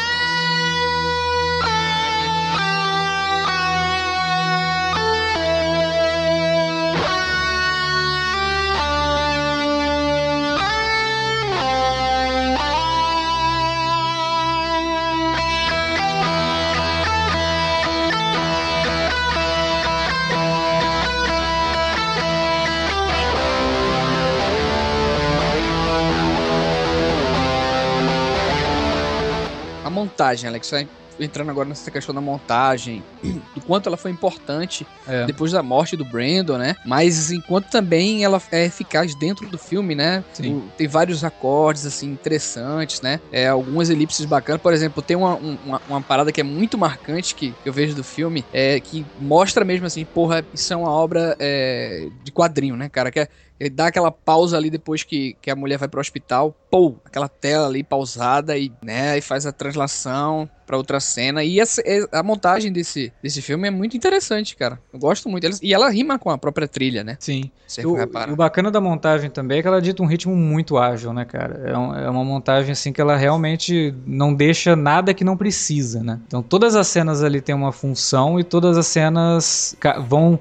Speaker 5: A montagem, Alex, vai entrando agora nessa questão da montagem, do quanto ela foi importante depois da morte do Brandon, né? Mas enquanto também ela é eficaz dentro do filme, né?
Speaker 3: Sim.
Speaker 5: Tem vários acordes, assim, interessantes, né? Algumas elipses bacanas. Por exemplo, tem uma parada que é muito marcante que eu vejo do filme, que mostra mesmo assim, porra, isso é uma obra de quadrinho, né, cara? Ele dá aquela pausa ali depois que a mulher vai pro hospital, aquela tela ali pausada e, né, e faz a translação pra outra cena. E a montagem desse filme é muito interessante, cara. Eu gosto muito. E ela rima com a própria trilha, né?
Speaker 3: Sim.
Speaker 5: Você repara.
Speaker 3: E o bacana da montagem também é que ela dita um ritmo muito ágil, né, cara? É uma montagem assim que ela realmente não deixa nada que não precisa, né? Então todas as cenas ali têm uma função e todas as cenas vão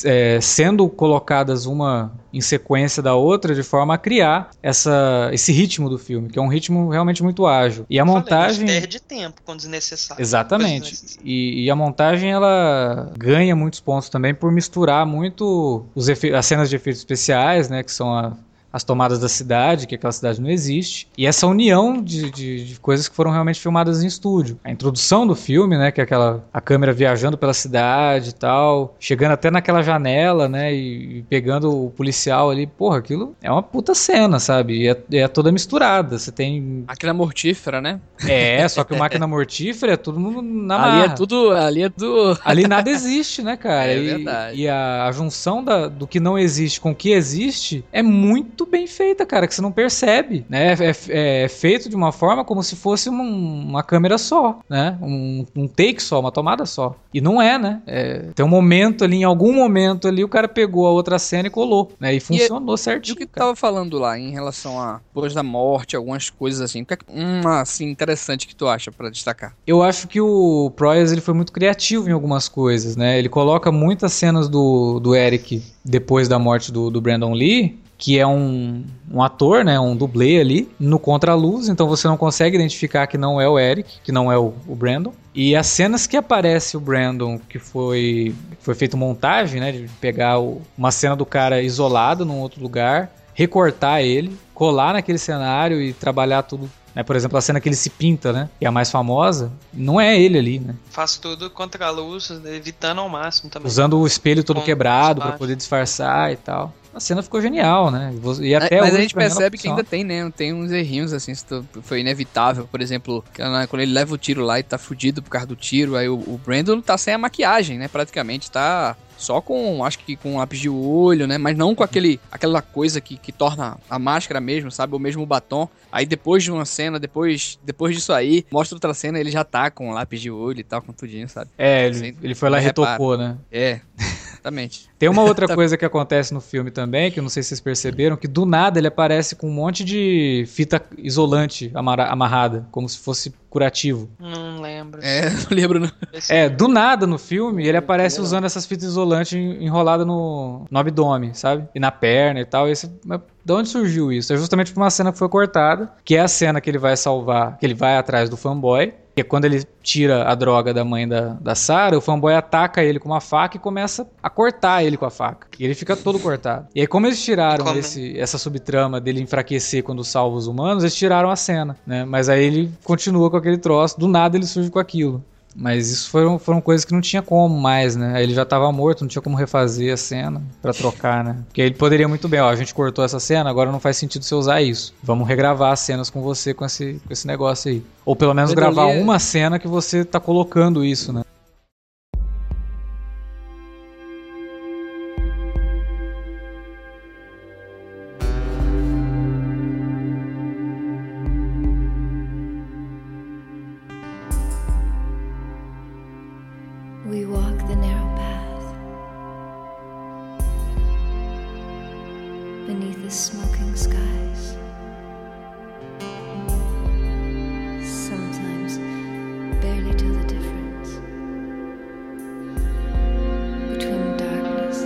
Speaker 3: sendo colocadas uma em sequência da outra de forma a criar esse ritmo do filme, que é um ritmo realmente muito ágil. E a montagem...
Speaker 4: Perde tempo quando desnecessário.
Speaker 3: Exatamente. E a montagem ela ganha muitos pontos também por misturar muito as cenas de efeitos especiais, né, que são as tomadas da cidade, que aquela cidade não existe, e essa união de coisas que foram realmente filmadas em estúdio. A introdução do filme, né, que é a câmera viajando pela cidade e tal, chegando até naquela janela, né, e pegando o policial ali, porra, aquilo é uma puta cena, sabe? E é toda misturada, você tem...
Speaker 5: Máquina mortífera, né?
Speaker 3: Só que o Máquina Mortífera é tudo na marra.
Speaker 5: Ali é tudo...
Speaker 3: Ali nada existe, né, cara?
Speaker 5: É verdade.
Speaker 3: E a junção do que não existe com o que existe é muito bem feita, cara, que você não percebe, né? É feito de uma forma como se fosse uma câmera só, né? Um take só, uma tomada só. E não é, né? Tem um momento ali, em algum momento ali, o cara pegou a outra cena e colou, né? E funcionou
Speaker 5: E
Speaker 3: certinho.
Speaker 5: o que tu
Speaker 3: cara.
Speaker 5: tava falando lá em relação a depois da morte, algumas coisas assim, o que é assim, interessante que tu acha pra destacar?
Speaker 3: Eu acho que o Proyas ele foi muito criativo em algumas coisas, né? Ele coloca muitas cenas do Eric depois da morte do Brandon Lee, que é um ator, né, um dublê ali, no contraluz, então você não consegue identificar que não é o Eric, que não é o Brandon. E as cenas que aparece o Brandon, que foi feita montagem, né, de pegar uma cena do cara isolado num outro lugar, recortar ele, colar naquele cenário e trabalhar tudo. Por exemplo, a cena que ele se pinta, né? Que é a mais famosa, não é ele ali, né?
Speaker 4: Faz tudo contra a luz, evitando ao máximo também.
Speaker 3: Usando o espelho todo
Speaker 4: Com
Speaker 3: quebrado
Speaker 4: os
Speaker 3: pra poder disfarçar e tal. A cena ficou genial, né? E até
Speaker 5: Mas
Speaker 3: hoje,
Speaker 5: a gente
Speaker 3: pra mim, ela
Speaker 5: percebe que
Speaker 3: funciona.
Speaker 5: ainda tem, né? Tem uns errinhos, assim, foi inevitável. Por exemplo, quando ele leva o tiro lá e tá fudido por causa do tiro, aí o Brandon tá sem a maquiagem, né? Praticamente tá só com, acho que com lápis de olho, né? Mas não com aquela coisa que torna a máscara mesmo, sabe? Ou mesmo o batom. Aí depois de uma cena, depois disso aí, mostra outra cena, ele já tá com lápis de olho e tal, com tudinho, sabe?
Speaker 3: Ele foi lá e retocou, né?
Speaker 5: É, exatamente.
Speaker 3: Tem uma outra coisa que acontece no filme também, que eu não sei se vocês perceberam, que do nada ele aparece com um monte de fita isolante amarrada, como se fosse curativo.
Speaker 4: Não lembro.
Speaker 5: Não lembro não.
Speaker 3: Do nada no filme ele aparece usando essas fitas isolantes enroladas no abdômen, sabe? E na perna e tal. Mas de onde surgiu isso? É justamente por uma cena que foi cortada, que é a cena que ele vai salvar, que ele vai atrás do fanboy. Que é quando ele tira a droga da mãe da Sarah, o fanboy ataca ele com uma faca e começa a cortar ele com a faca. E ele fica todo cortado. E aí, como eles tiraram essa subtrama dele enfraquecer quando salva os humanos, eles tiraram a cena, né? Mas aí ele continua com aquele troço, do nada ele surge com aquilo. Mas isso foram coisas que não tinha como mais, né? Aí ele já tava morto, não tinha como refazer a cena pra trocar, né? Porque ele poderia muito bem, a gente cortou essa cena, agora não faz sentido você usar isso. Vamos regravar as cenas com você com esse negócio aí. Ou pelo menos gravar uma cena que você tá colocando isso, né?
Speaker 7: We walk the narrow path beneath the smoking skies. Sometimes barely tell the difference between darkness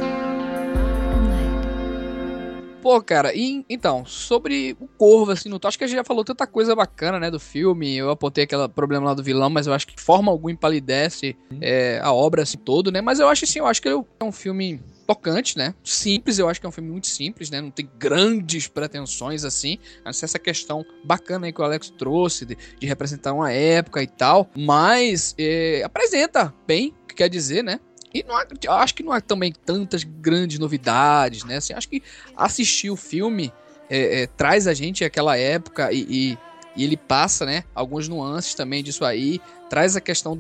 Speaker 7: and light.
Speaker 5: Pô, cara, então, sobre o Corvo, assim, acho que a gente já falou tanta coisa bacana, né, do filme. Eu apontei aquele problema lá do vilão, mas eu acho que de forma alguma empalidece a obra, assim, todo, né. Mas eu acho que ele é um filme tocante, né, simples, eu acho que é um filme muito simples, né, não tem grandes pretensões, assim, essa questão bacana aí que o Alex trouxe, de representar uma época e tal, mas apresenta bem o que quer dizer, né. E acho que não há também tantas grandes novidades, né? Assim, acho que assistir o filme traz a gente àquela época e ele passa, né, algumas nuances também disso aí, traz a questão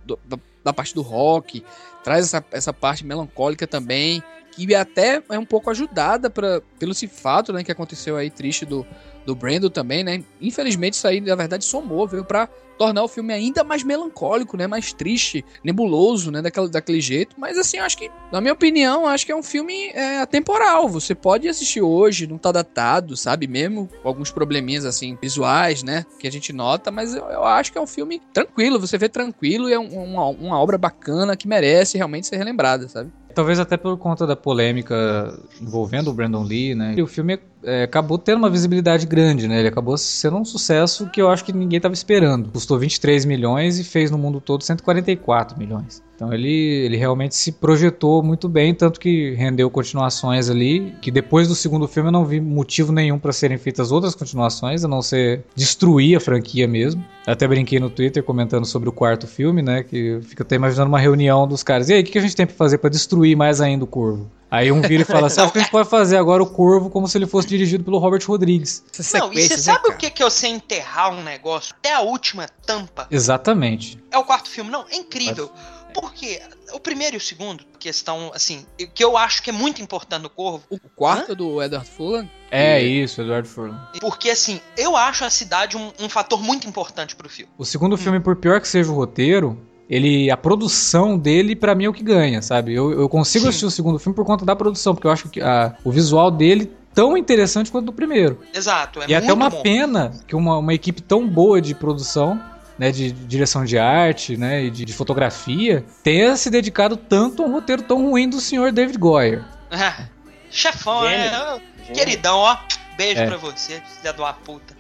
Speaker 5: da parte do rock, traz essa parte melancólica também, que até é um pouco ajudada pelo esse fato, né, que aconteceu aí triste do Brandon também, né? Infelizmente isso aí, na verdade, somou, veio pra tornar o filme ainda mais melancólico, né? Mais triste, nebuloso, né? Daquele jeito. Mas assim, acho que, na minha opinião, acho que é um filme atemporal. Você pode assistir hoje, não tá datado, sabe? Mesmo com alguns probleminhas, assim, visuais, né? Que a gente nota, mas eu acho que é um filme tranquilo. Você vê tranquilo e é uma obra bacana que merece realmente ser relembrada, sabe?
Speaker 3: Talvez até por conta da polêmica envolvendo o Brandon Lee, né? E o filme acabou tendo uma visibilidade grande, né? Ele acabou sendo um sucesso que eu acho que ninguém estava esperando. Custou 23 milhões e fez no mundo todo 144 milhões. Então ele realmente se projetou muito bem, tanto que rendeu continuações ali, que depois do segundo filme eu não vi motivo nenhum para serem feitas outras continuações, a não ser destruir a franquia mesmo. Eu até brinquei no Twitter comentando sobre o quarto filme, né? Que eu fico até imaginando uma reunião dos caras. E aí, o que a gente tem para fazer para destruir mais ainda o Corvo? Aí um vira e fala assim, acho que a gente pode fazer agora o Corvo como se ele fosse dirigido pelo Robert Rodrigues.
Speaker 4: Não, e você sabe o que eu sei enterrar um negócio até a última tampa?
Speaker 3: Exatamente.
Speaker 4: É o quarto filme. Não, é incrível. Porque o primeiro e o segundo, questão, assim, que eu acho que é muito importante no Corvo.
Speaker 5: O quarto do Edward Furlong?
Speaker 3: Isso, Edward Furlong.
Speaker 4: Porque, assim, eu acho a cidade um fator muito importante pro filme.
Speaker 3: O segundo filme, por pior que seja o roteiro, a produção dele, pra mim, é o que ganha, sabe? Eu consigo assistir o segundo filme por conta da produção, porque eu acho que o visual dele tão interessante quanto o primeiro.
Speaker 4: Exato,
Speaker 3: e até uma pena que uma equipe tão boa de produção, né, de direção de arte, né, e de fotografia, tenha se dedicado tanto a um roteiro tão ruim do senhor David Goyer.
Speaker 4: Chefão, né? Queridão, ó. Beijo pra você, filha de uma puta.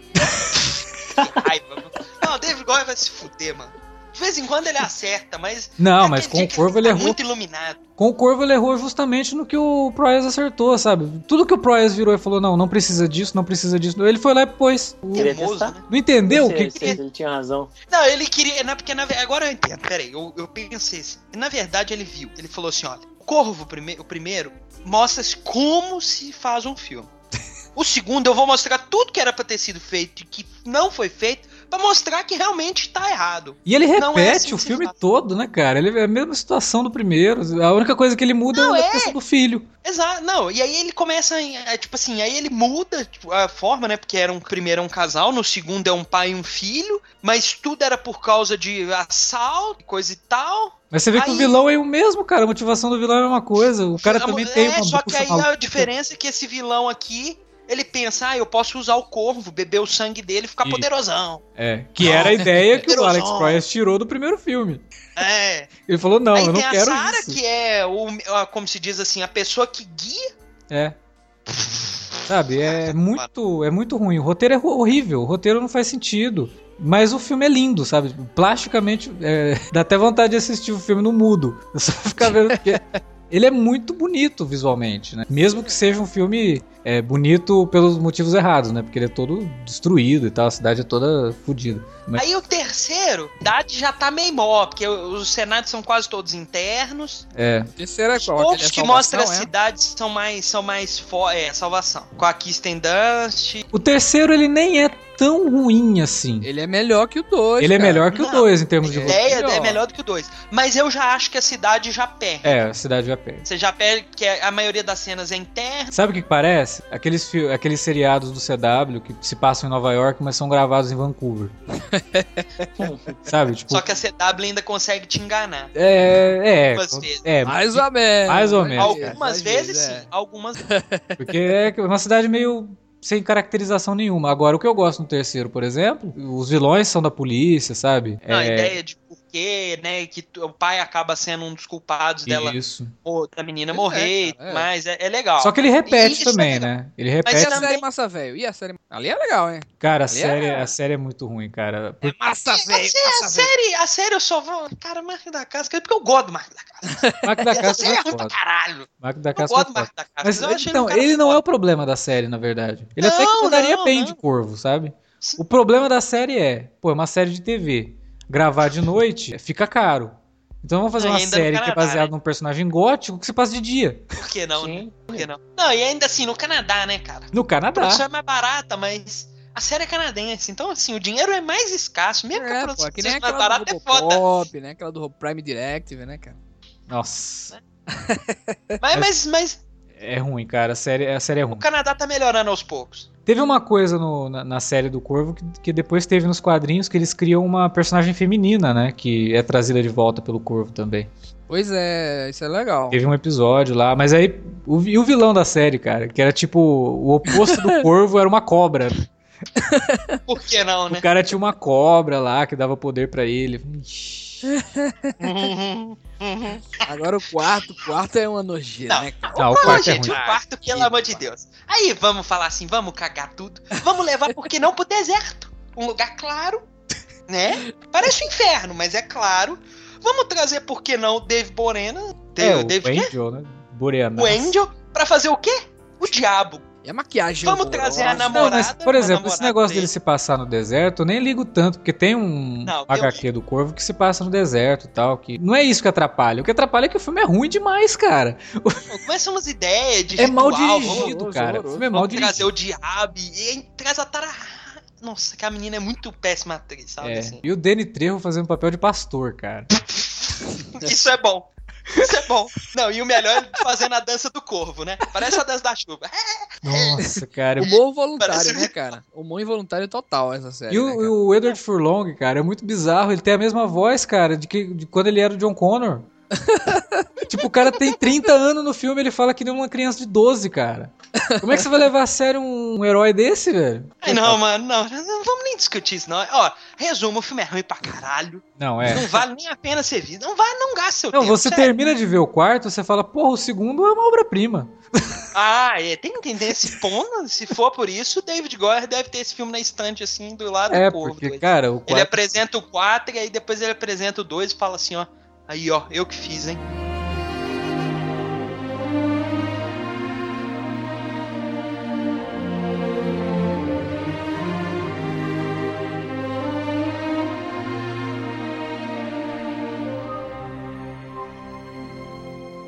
Speaker 4: Que raiva. Não, o David Goyer vai se fuder, mano. De vez em quando ele acerta, mas...
Speaker 3: Não, mas com o Corvo ele errou...
Speaker 4: muito iluminado.
Speaker 3: Com o Corvo ele errou justamente no que o Proyas acertou, sabe? Tudo que o Proyas virou e falou, não precisa disso, não precisa disso. Ele foi lá e pôs.
Speaker 4: Teimoso, né?
Speaker 3: Não entendeu?
Speaker 2: Ele tinha razão.
Speaker 4: Não, ele queria... Porque agora eu entendo, peraí, eu pensei assim. Na verdade ele viu, ele falou assim, olha, Corvo, o primeiro, mostra-se como se faz um filme. O segundo, eu vou mostrar tudo que era pra ter sido feito e que não foi feito, pra mostrar que realmente tá errado.
Speaker 3: E ele
Speaker 4: Não é
Speaker 3: repete
Speaker 4: assim
Speaker 3: o
Speaker 4: que se
Speaker 3: filme
Speaker 4: faz.
Speaker 3: todo, né, cara? Ele é a mesma situação do primeiro. A única coisa que ele muda
Speaker 4: Não,
Speaker 3: é a
Speaker 4: é.
Speaker 3: questão do filho.
Speaker 4: Exato, não, e aí ele começa, tipo assim, aí ele muda tipo, a forma, né, porque primeiro é um casal, no segundo é um pai e um filho, mas tudo era por causa de assalto, coisa e tal.
Speaker 3: Mas você vê que o
Speaker 4: Aí-
Speaker 3: vilão é o mesmo, cara. A motivação do vilão é a mesma coisa. O cara também tem uma
Speaker 4: só que
Speaker 3: bruxa
Speaker 4: aí a
Speaker 3: maluca.
Speaker 4: diferença é que esse vilão aqui, ele pensa, eu posso usar o corvo, beber o sangue dele e ficar
Speaker 3: Isso.
Speaker 4: poderosão.
Speaker 3: É, que era a ideia que o
Speaker 4: Poderosão.
Speaker 3: Alex Proyas tirou do primeiro filme.
Speaker 4: É.
Speaker 3: Ele falou, não,
Speaker 4: Aí
Speaker 3: eu não
Speaker 4: tem a
Speaker 3: quero
Speaker 4: Sarah,
Speaker 3: isso.
Speaker 4: que é, como se diz assim, a pessoa que guia.
Speaker 3: É. Sabe, é muito ruim. O roteiro é horrível, o roteiro não faz sentido. Mas o filme é lindo, sabe? Plasticamente, dá até vontade de assistir o filme no mudo. Eu só ficar vendo porque ele é muito bonito visualmente, né? Mesmo que seja um filme bonito pelos motivos errados, né? Porque ele é todo destruído e tal, a cidade é toda fodida. Mas
Speaker 4: Aí o terceiro, a idade já tá meio mó, porque os cenários são quase todos internos.
Speaker 3: é.
Speaker 5: Terceiro é
Speaker 4: Os
Speaker 5: qual?
Speaker 4: poucos
Speaker 5: Aquele é
Speaker 4: que mostram as
Speaker 5: salvação, é?
Speaker 4: cidades são mais salvação. Com a Kirsten Dunst.
Speaker 3: O terceiro ele nem é tão ruim assim.
Speaker 5: Ele é melhor que o 2.
Speaker 3: Ele é melhor que o
Speaker 4: Não,
Speaker 3: 2 em termos
Speaker 4: A
Speaker 3: de
Speaker 4: ideia
Speaker 3: roteiro.
Speaker 4: é melhor do que o 2. Mas eu já acho que a cidade já perde.
Speaker 3: É, a cidade já perde.
Speaker 4: Você já perde, que a maioria das cenas é interna.
Speaker 3: Sabe o que parece? Aqueles seriados do CW que se passam em Nova York, mas são gravados em Vancouver. Sabe? Tipo,
Speaker 4: Só que a CW ainda consegue te enganar. Algumas vezes.
Speaker 5: Mais ou menos.
Speaker 3: Mais ou menos.
Speaker 4: Algumas
Speaker 5: Às
Speaker 4: vezes,
Speaker 5: é.
Speaker 4: sim. Algumas
Speaker 3: porque é uma cidade meio sem caracterização nenhuma. Agora, o que eu gosto no terceiro, por exemplo, os vilões são da polícia, sabe?
Speaker 4: não, a ideia de porquê, né? Que o pai acaba sendo um dos culpados dela,
Speaker 3: Isso.
Speaker 4: ou da menina
Speaker 5: Pois
Speaker 4: morrer,
Speaker 5: cara,
Speaker 4: mas é legal.
Speaker 3: Só que ele repete
Speaker 4: Isso é
Speaker 3: também,
Speaker 4: legal.
Speaker 3: né? Ele
Speaker 5: Mas
Speaker 3: repete.
Speaker 5: e a
Speaker 4: também-
Speaker 5: série Massa Velho? E a série... Ali é legal, hein?
Speaker 3: Cara,
Speaker 5: Ali
Speaker 3: a série é muito ruim, cara.
Speaker 5: É Massa Velho,
Speaker 4: A série eu só vou. Cara, Marco da Casa, porque eu gosto do Marco da Casa.
Speaker 3: Marco da
Speaker 4: Essa
Speaker 3: Casa
Speaker 4: série é
Speaker 3: é
Speaker 4: ruim pra
Speaker 3: foda.
Speaker 4: caralho.
Speaker 3: Marco da
Speaker 4: Eu
Speaker 3: Casa
Speaker 4: gosto
Speaker 3: é
Speaker 4: do
Speaker 3: foda.
Speaker 4: Marco da Casa.
Speaker 3: Mas
Speaker 4: eu achei
Speaker 3: então,
Speaker 4: um cara
Speaker 3: ele não é
Speaker 4: foda.
Speaker 3: o problema da série, na verdade. Ele até que
Speaker 4: Não,
Speaker 3: mandaria
Speaker 4: não,
Speaker 3: bem
Speaker 4: não.
Speaker 3: de Corvo, sabe?
Speaker 4: Sim.
Speaker 3: O problema da série é uma série de TV. Gravar de noite fica caro. Então vamos fazer
Speaker 4: E
Speaker 3: uma
Speaker 4: ainda no
Speaker 3: série que é
Speaker 4: Canadá,
Speaker 3: baseada
Speaker 4: né?
Speaker 3: num personagem gótico que se passa de dia.
Speaker 4: Por que não, né?
Speaker 2: Sim.
Speaker 4: Por que não? Não, e ainda assim, no Canadá, né, cara?
Speaker 3: No
Speaker 4: A
Speaker 3: Canadá.
Speaker 4: produção é mais barata, mas a série é canadense. Então, assim, o dinheiro é mais escasso. Mesmo que a
Speaker 5: É,
Speaker 4: produção
Speaker 5: pô, que nem
Speaker 4: seja mais
Speaker 5: aquela
Speaker 4: barata,
Speaker 5: do
Speaker 4: é foda.
Speaker 5: Robocop, né? Aquela do Prime Directive, né, cara?
Speaker 3: Nossa.
Speaker 4: Mas
Speaker 3: É ruim, cara. A série é ruim.
Speaker 4: o Canadá tá melhorando aos poucos.
Speaker 3: Teve uma coisa na série do Corvo que depois teve nos quadrinhos que eles criam uma personagem feminina, né? Que é trazida de volta pelo Corvo também.
Speaker 5: Pois é, isso é legal.
Speaker 3: Teve um episódio lá, mas aí e o vilão da série, cara, que era tipo o oposto do Corvo, era uma cobra.
Speaker 4: Por que não, né?
Speaker 3: O cara tinha uma cobra lá que dava poder pra ele. Ixi.
Speaker 5: Agora o quarto é uma nojeira,
Speaker 4: Não.
Speaker 5: né, cara?
Speaker 3: Não, o
Speaker 4: Não,
Speaker 3: quarto é
Speaker 4: gente,
Speaker 3: ruim.
Speaker 4: o quarto, pelo amor de Deus. Aí vamos falar assim, vamos cagar tudo. Vamos levar, por que não, pro deserto? Um lugar claro, né? Parece um inferno, mas é claro. Vamos trazer, por que não, o Dave Borena.
Speaker 3: O
Speaker 4: Dave quê?
Speaker 3: Angel, né? Boreana.
Speaker 4: O Angel, pra fazer o quê? O diabo.
Speaker 5: E a maquiagem
Speaker 4: Vamos
Speaker 5: horrorosa.
Speaker 4: trazer a
Speaker 3: Não,
Speaker 4: namorada.
Speaker 3: mas, por exemplo,
Speaker 4: namorada
Speaker 3: esse negócio
Speaker 4: dele.
Speaker 3: dele se passar no deserto, eu nem ligo tanto, porque tem um
Speaker 4: Não,
Speaker 3: HQ do Corvo que se passa no deserto e tal, que não é isso que atrapalha. O que atrapalha é que o filme é ruim demais, cara.
Speaker 4: Quais são as ideias de
Speaker 3: É mal
Speaker 4: ritual?
Speaker 3: dirigido,
Speaker 5: horroroso,
Speaker 3: cara. O
Speaker 5: horroroso.
Speaker 3: filme é mal
Speaker 4: Vamos trazer
Speaker 3: dirigido.
Speaker 4: o diabo e traz a Tara. Nossa, que a menina é muito péssima atriz, sabe?
Speaker 3: É.
Speaker 4: Assim.
Speaker 3: E o Danny Trejo fazendo papel de pastor, cara.
Speaker 4: Isso é bom. Isso é bom. Não, e o melhor é fazendo a dança do corvo, né? Parece a dança da chuva.
Speaker 3: Nossa, cara.
Speaker 5: Humor voluntário,
Speaker 4: Parece-
Speaker 5: né, cara? Humor involuntário total essa série.
Speaker 3: E
Speaker 5: né, cara?
Speaker 3: o Edward Furlong, cara, é muito bizarro. Ele tem a mesma voz, cara, de quando ele era o John Connor. Tipo, o cara tem 30 anos no filme, ele fala que nem uma criança de 12, cara. Como é que você vai levar a sério um herói desse, velho?
Speaker 4: Ai, não, mano, não vamos nem discutir isso, não. Ó, resumo, o filme é ruim pra caralho.
Speaker 3: Não, é.
Speaker 4: Não vale nem a pena ser visto. Não gasta seu
Speaker 3: Não,
Speaker 4: tempo.
Speaker 3: você
Speaker 4: sério.
Speaker 3: termina de ver o quarto, você fala, porra, o segundo é uma obra-prima.
Speaker 4: Tem que entender esse ponto. Se for por isso, o David Goyer deve ter esse filme na estante, assim, do lado
Speaker 3: É,
Speaker 4: do corvo.
Speaker 3: porque,
Speaker 4: doido.
Speaker 3: cara, o
Speaker 4: Ele
Speaker 3: quarto...
Speaker 4: apresenta o 4 e aí depois ele apresenta o 2 e fala assim, ó. Aí, ó, eu que fiz, hein?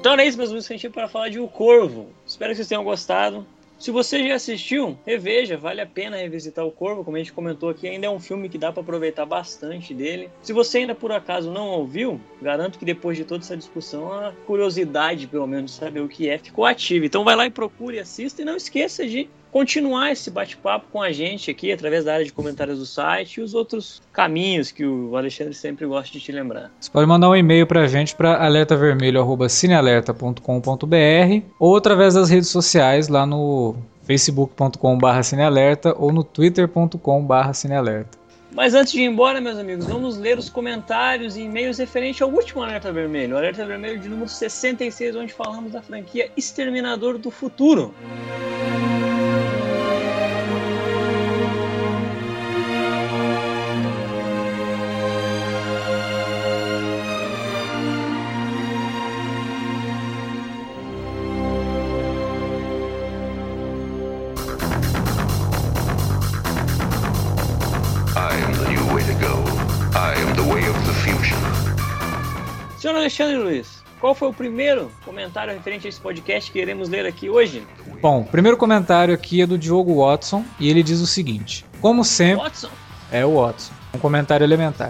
Speaker 2: Então é isso, meus amigos, que a gente tinha para falar de O Corvo. Espero que vocês tenham gostado. Se você já assistiu, reveja, vale a pena revisitar O Corvo, como a gente comentou aqui, ainda é um filme que dá para aproveitar bastante dele. Se você ainda por acaso não ouviu, garanto que depois de toda essa discussão, a curiosidade, pelo menos, de saber o que é, ficou ativa. Então vai lá e procure, assista e não esqueça de continuar esse bate-papo com a gente aqui, através da área de comentários do site e os outros caminhos que o Alexandre sempre gosta de te lembrar.
Speaker 3: Você pode mandar um e-mail pra gente para alertavermelho@cinealerta.com.br ou através das redes sociais lá no facebook.com/cinealerta ou no twitter.com/cinealerta.
Speaker 2: Mas antes de ir embora, meus amigos, vamos ler os comentários e e-mails referente ao último Alerta Vermelho, o Alerta Vermelho de número 66, onde falamos da franquia Exterminador do Futuro. Senhor Alexandre Luiz, qual foi o primeiro comentário referente a esse podcast que iremos ler aqui hoje?
Speaker 3: Bom, o primeiro comentário aqui é do Diogo Watson e ele diz o seguinte: como sempre...
Speaker 2: Watson?
Speaker 3: É o Watson, um comentário elementar.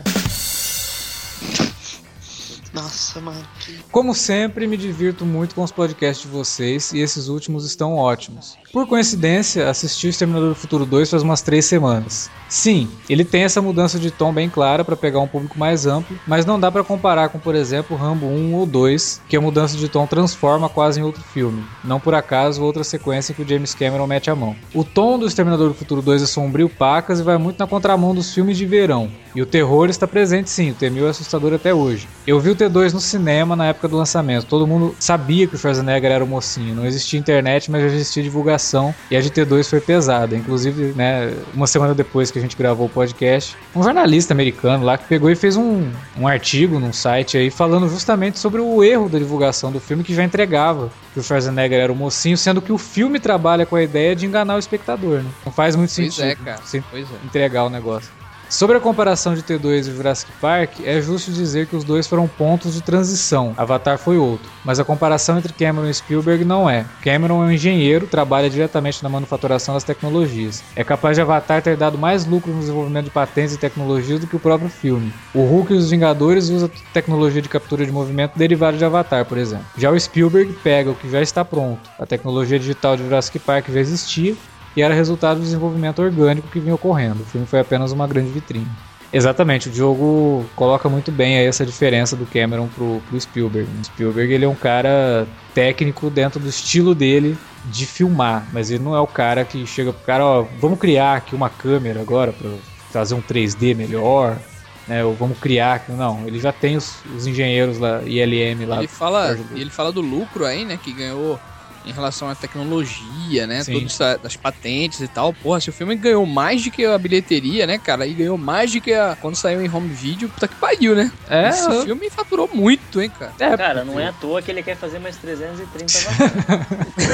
Speaker 4: Nossa, mano.
Speaker 3: Como sempre, me divirto muito com os podcasts de vocês e esses últimos estão ótimos. Por coincidência, assisti o Exterminador do Futuro 2 faz umas 3 semanas. Sim, ele tem essa mudança de tom bem clara para pegar um público mais amplo, mas não dá para comparar com, por exemplo, Rambo 1 ou 2, que a mudança de tom transforma quase em outro filme. Não por acaso outra sequência que o James Cameron mete a mão. O tom do Exterminador do Futuro 2 é sombrio pacas e vai muito na contramão dos filmes de verão. E o terror está presente sim, o T-1000 é assustador até hoje. Eu vi o T2 no cinema na época do lançamento, todo mundo sabia que o Schwarzenegger era o mocinho, não existia internet, mas já existia divulgação, e a de T2 foi pesada, inclusive, né, uma semana depois que a gente gravou o podcast, um jornalista americano lá que pegou e fez um artigo num site aí falando justamente sobre o erro da divulgação do filme, que já entregava que o Schwarzenegger era o mocinho, sendo que o filme trabalha com a ideia de enganar o espectador, né? Não faz muito sentido entregar o negócio. Sobre a comparação de T2 e Jurassic Park, é justo dizer que os dois foram pontos de transição, Avatar foi outro, mas a comparação entre Cameron e Spielberg não é. Cameron é um engenheiro, trabalha diretamente na manufaturação das tecnologias. É capaz de Avatar ter dado mais lucro no desenvolvimento de patentes e tecnologias do que o próprio filme. O Hulk e os Vingadores usam tecnologia de captura de movimento derivada de Avatar, por exemplo. Já o Spielberg pega o que já está pronto, a tecnologia digital de Jurassic Park já existia, e era resultado do desenvolvimento orgânico que vinha ocorrendo. O filme foi apenas uma grande vitrine. Exatamente, o Diogo coloca muito bem aí essa diferença do Cameron pro Spielberg. O Spielberg, ele é um cara técnico dentro do estilo dele de filmar, mas ele não é o cara que chega pro cara, ó, vamos criar aqui uma câmera agora para fazer um 3D melhor, né, ou vamos criar aqui. Não, ele já tem os engenheiros lá, ILM lá.
Speaker 5: Ele fala do lucro aí, né, que ganhou em relação à tecnologia, né? Todas as patentes e tal. Porra, se o filme ganhou mais do que a bilheteria, né, cara? E ganhou mais do que quando saiu em home video, puta que pariu, né? Esse filme faturou muito, hein, cara?
Speaker 2: Cara, não é à toa que ele quer fazer mais 330 Avatar.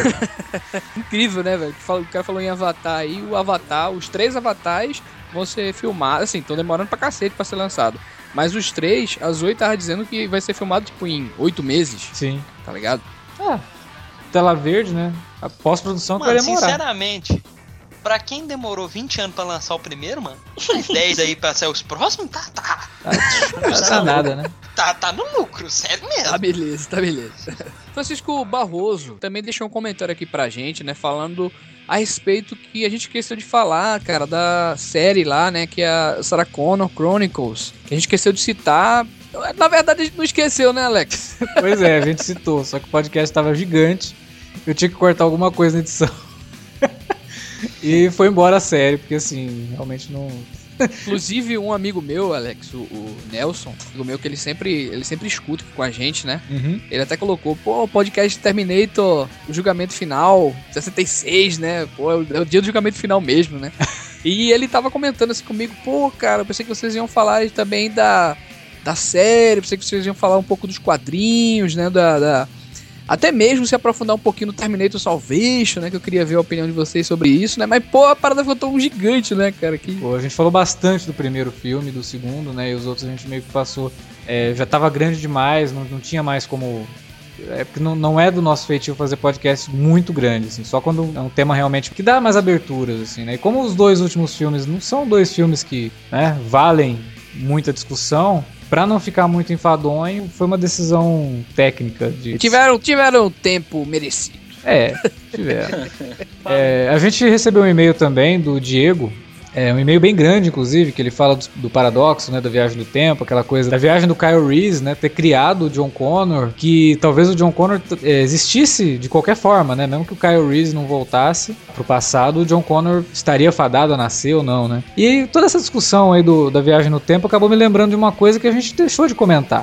Speaker 5: Incrível, né, velho? O cara falou em Avatar aí, o Avatar, os 3 Avatares vão ser filmados, assim, estão demorando pra cacete pra ser lançado. Mas os 3, a Zoe tava dizendo que vai ser filmado, tipo, em 8 meses.
Speaker 3: Sim.
Speaker 5: Tá ligado?
Speaker 3: Tela verde, né? A pós-produção vai demorar.
Speaker 4: Sinceramente, pra quem demorou 20 anos pra lançar o primeiro, mano, mais 10 aí pra sair os próximos, tá
Speaker 3: nada, né?
Speaker 4: Tá no lucro, sério mesmo.
Speaker 5: Tá beleza. Francisco Barroso também deixou um comentário aqui pra gente, né? Falando a respeito que a gente esqueceu de falar, cara, da série lá, né? Que é a Sarah Connor Chronicles. Que a gente esqueceu de citar. Na verdade, a gente não esqueceu, né, Alex?
Speaker 3: Pois é, a gente citou, só que o podcast tava gigante, eu tinha que cortar alguma coisa na edição. E foi embora a série, porque assim, realmente não...
Speaker 5: Inclusive, um amigo meu, Alex, o Nelson, amigo meu que ele sempre escuta com a gente, né?
Speaker 3: Uhum.
Speaker 5: Ele até colocou, o podcast Terminator, o julgamento final, 66, né? É o dia do julgamento final mesmo, né? E ele tava comentando assim comigo, cara, eu pensei que vocês iam falar também da série, pensei que vocês iam falar um pouco dos quadrinhos, né, até mesmo se aprofundar um pouquinho no Terminator Salvation, né, que eu queria ver a opinião de vocês sobre isso, né, mas a parada ficou tão gigante, né, cara, que...
Speaker 3: a gente falou bastante do primeiro filme, do segundo, né, e os outros a gente meio que passou, já tava grande demais, não tinha mais como É porque não é do nosso feitio fazer podcast muito grande, assim, só quando é um tema realmente que dá mais aberturas, assim, né? E como os 2 últimos filmes não são 2 filmes que, né, valem muita discussão, pra não ficar muito enfadonho, foi uma decisão técnica de...
Speaker 5: Tiveram tempo merecido.
Speaker 3: Tiveram. A gente recebeu um e-mail também do Diego, um e-mail bem grande, inclusive, que ele fala do paradoxo, né, da viagem do tempo, aquela coisa da viagem do Kyle Reese, né, ter criado o John Connor, que talvez o John Connor existisse de qualquer forma, né, mesmo que o Kyle Reese não voltasse pro passado, o John Connor estaria fadado a nascer ou não, né. E toda essa discussão aí da viagem no tempo acabou me lembrando de uma coisa que a gente deixou de comentar.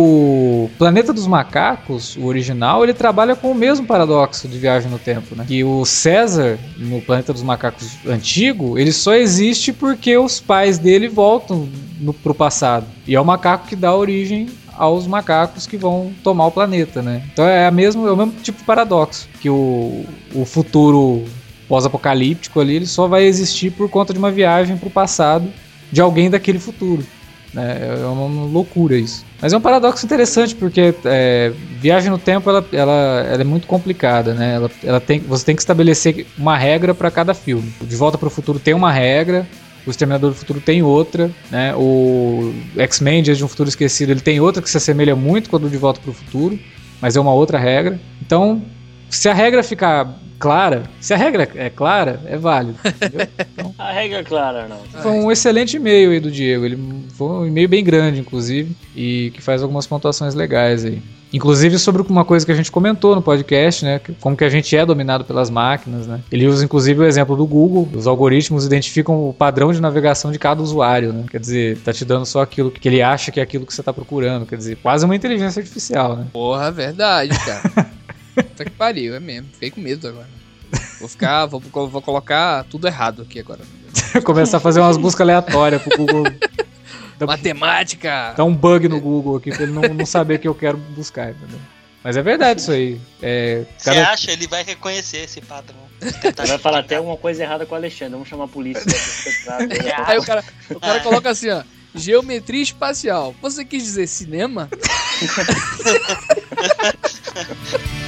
Speaker 3: O Planeta dos Macacos, o original, ele trabalha com o mesmo paradoxo de viagem no tempo, né, que o César, no Planeta dos Macacos antigo, ele só existe porque os pais dele voltam pro passado. E é o macaco que dá origem aos macacos que vão tomar o planeta, né? Então é o mesmo tipo de paradoxo. Que o futuro pós-apocalíptico ali, ele só vai existir por conta de uma viagem pro passado de alguém daquele futuro. É uma loucura isso. Mas é um paradoxo interessante, porque viagem no tempo ela é muito complicada, né? Você tem que estabelecer uma regra para cada filme. O De Volta para o Futuro tem uma regra, o Exterminador do Futuro tem outra, né? O X-Men, Dias de um Futuro Esquecido, ele tem outra que se assemelha muito com a do De Volta para o Futuro, mas é uma outra regra. Então, se a regra ficar clara, se a regra é clara, é válido, entendeu? Então,
Speaker 2: A regra é clara, não.
Speaker 3: foi um excelente e-mail aí do Diego. Ele foi um e-mail bem grande, inclusive, e que faz algumas pontuações legais aí. Inclusive sobre uma coisa que a gente comentou no podcast, né? Como que a gente é dominado pelas máquinas, né? Ele usa inclusive o exemplo do Google. Os algoritmos identificam o padrão de navegação de cada usuário, né? Quer dizer, tá te dando só aquilo que ele acha que é aquilo que você tá procurando. Quer dizer, quase uma inteligência artificial, né?
Speaker 5: Porra, verdade, cara. Puta que pariu, é mesmo. Fiquei com medo agora. Vou colocar tudo errado aqui agora.
Speaker 3: Começar a fazer umas buscas aleatórias pro Google.
Speaker 5: Matemática!
Speaker 3: Dá um bug no Google aqui pra ele não saber o que eu quero buscar, entendeu? Mas é verdade isso aí.
Speaker 4: Você acha? Ele vai reconhecer esse padrão.
Speaker 2: Vai falar até alguma coisa errada com o Alexandre. Vamos chamar a polícia.
Speaker 5: Aí o cara coloca assim, ó. Geometria espacial. Você quis dizer cinema?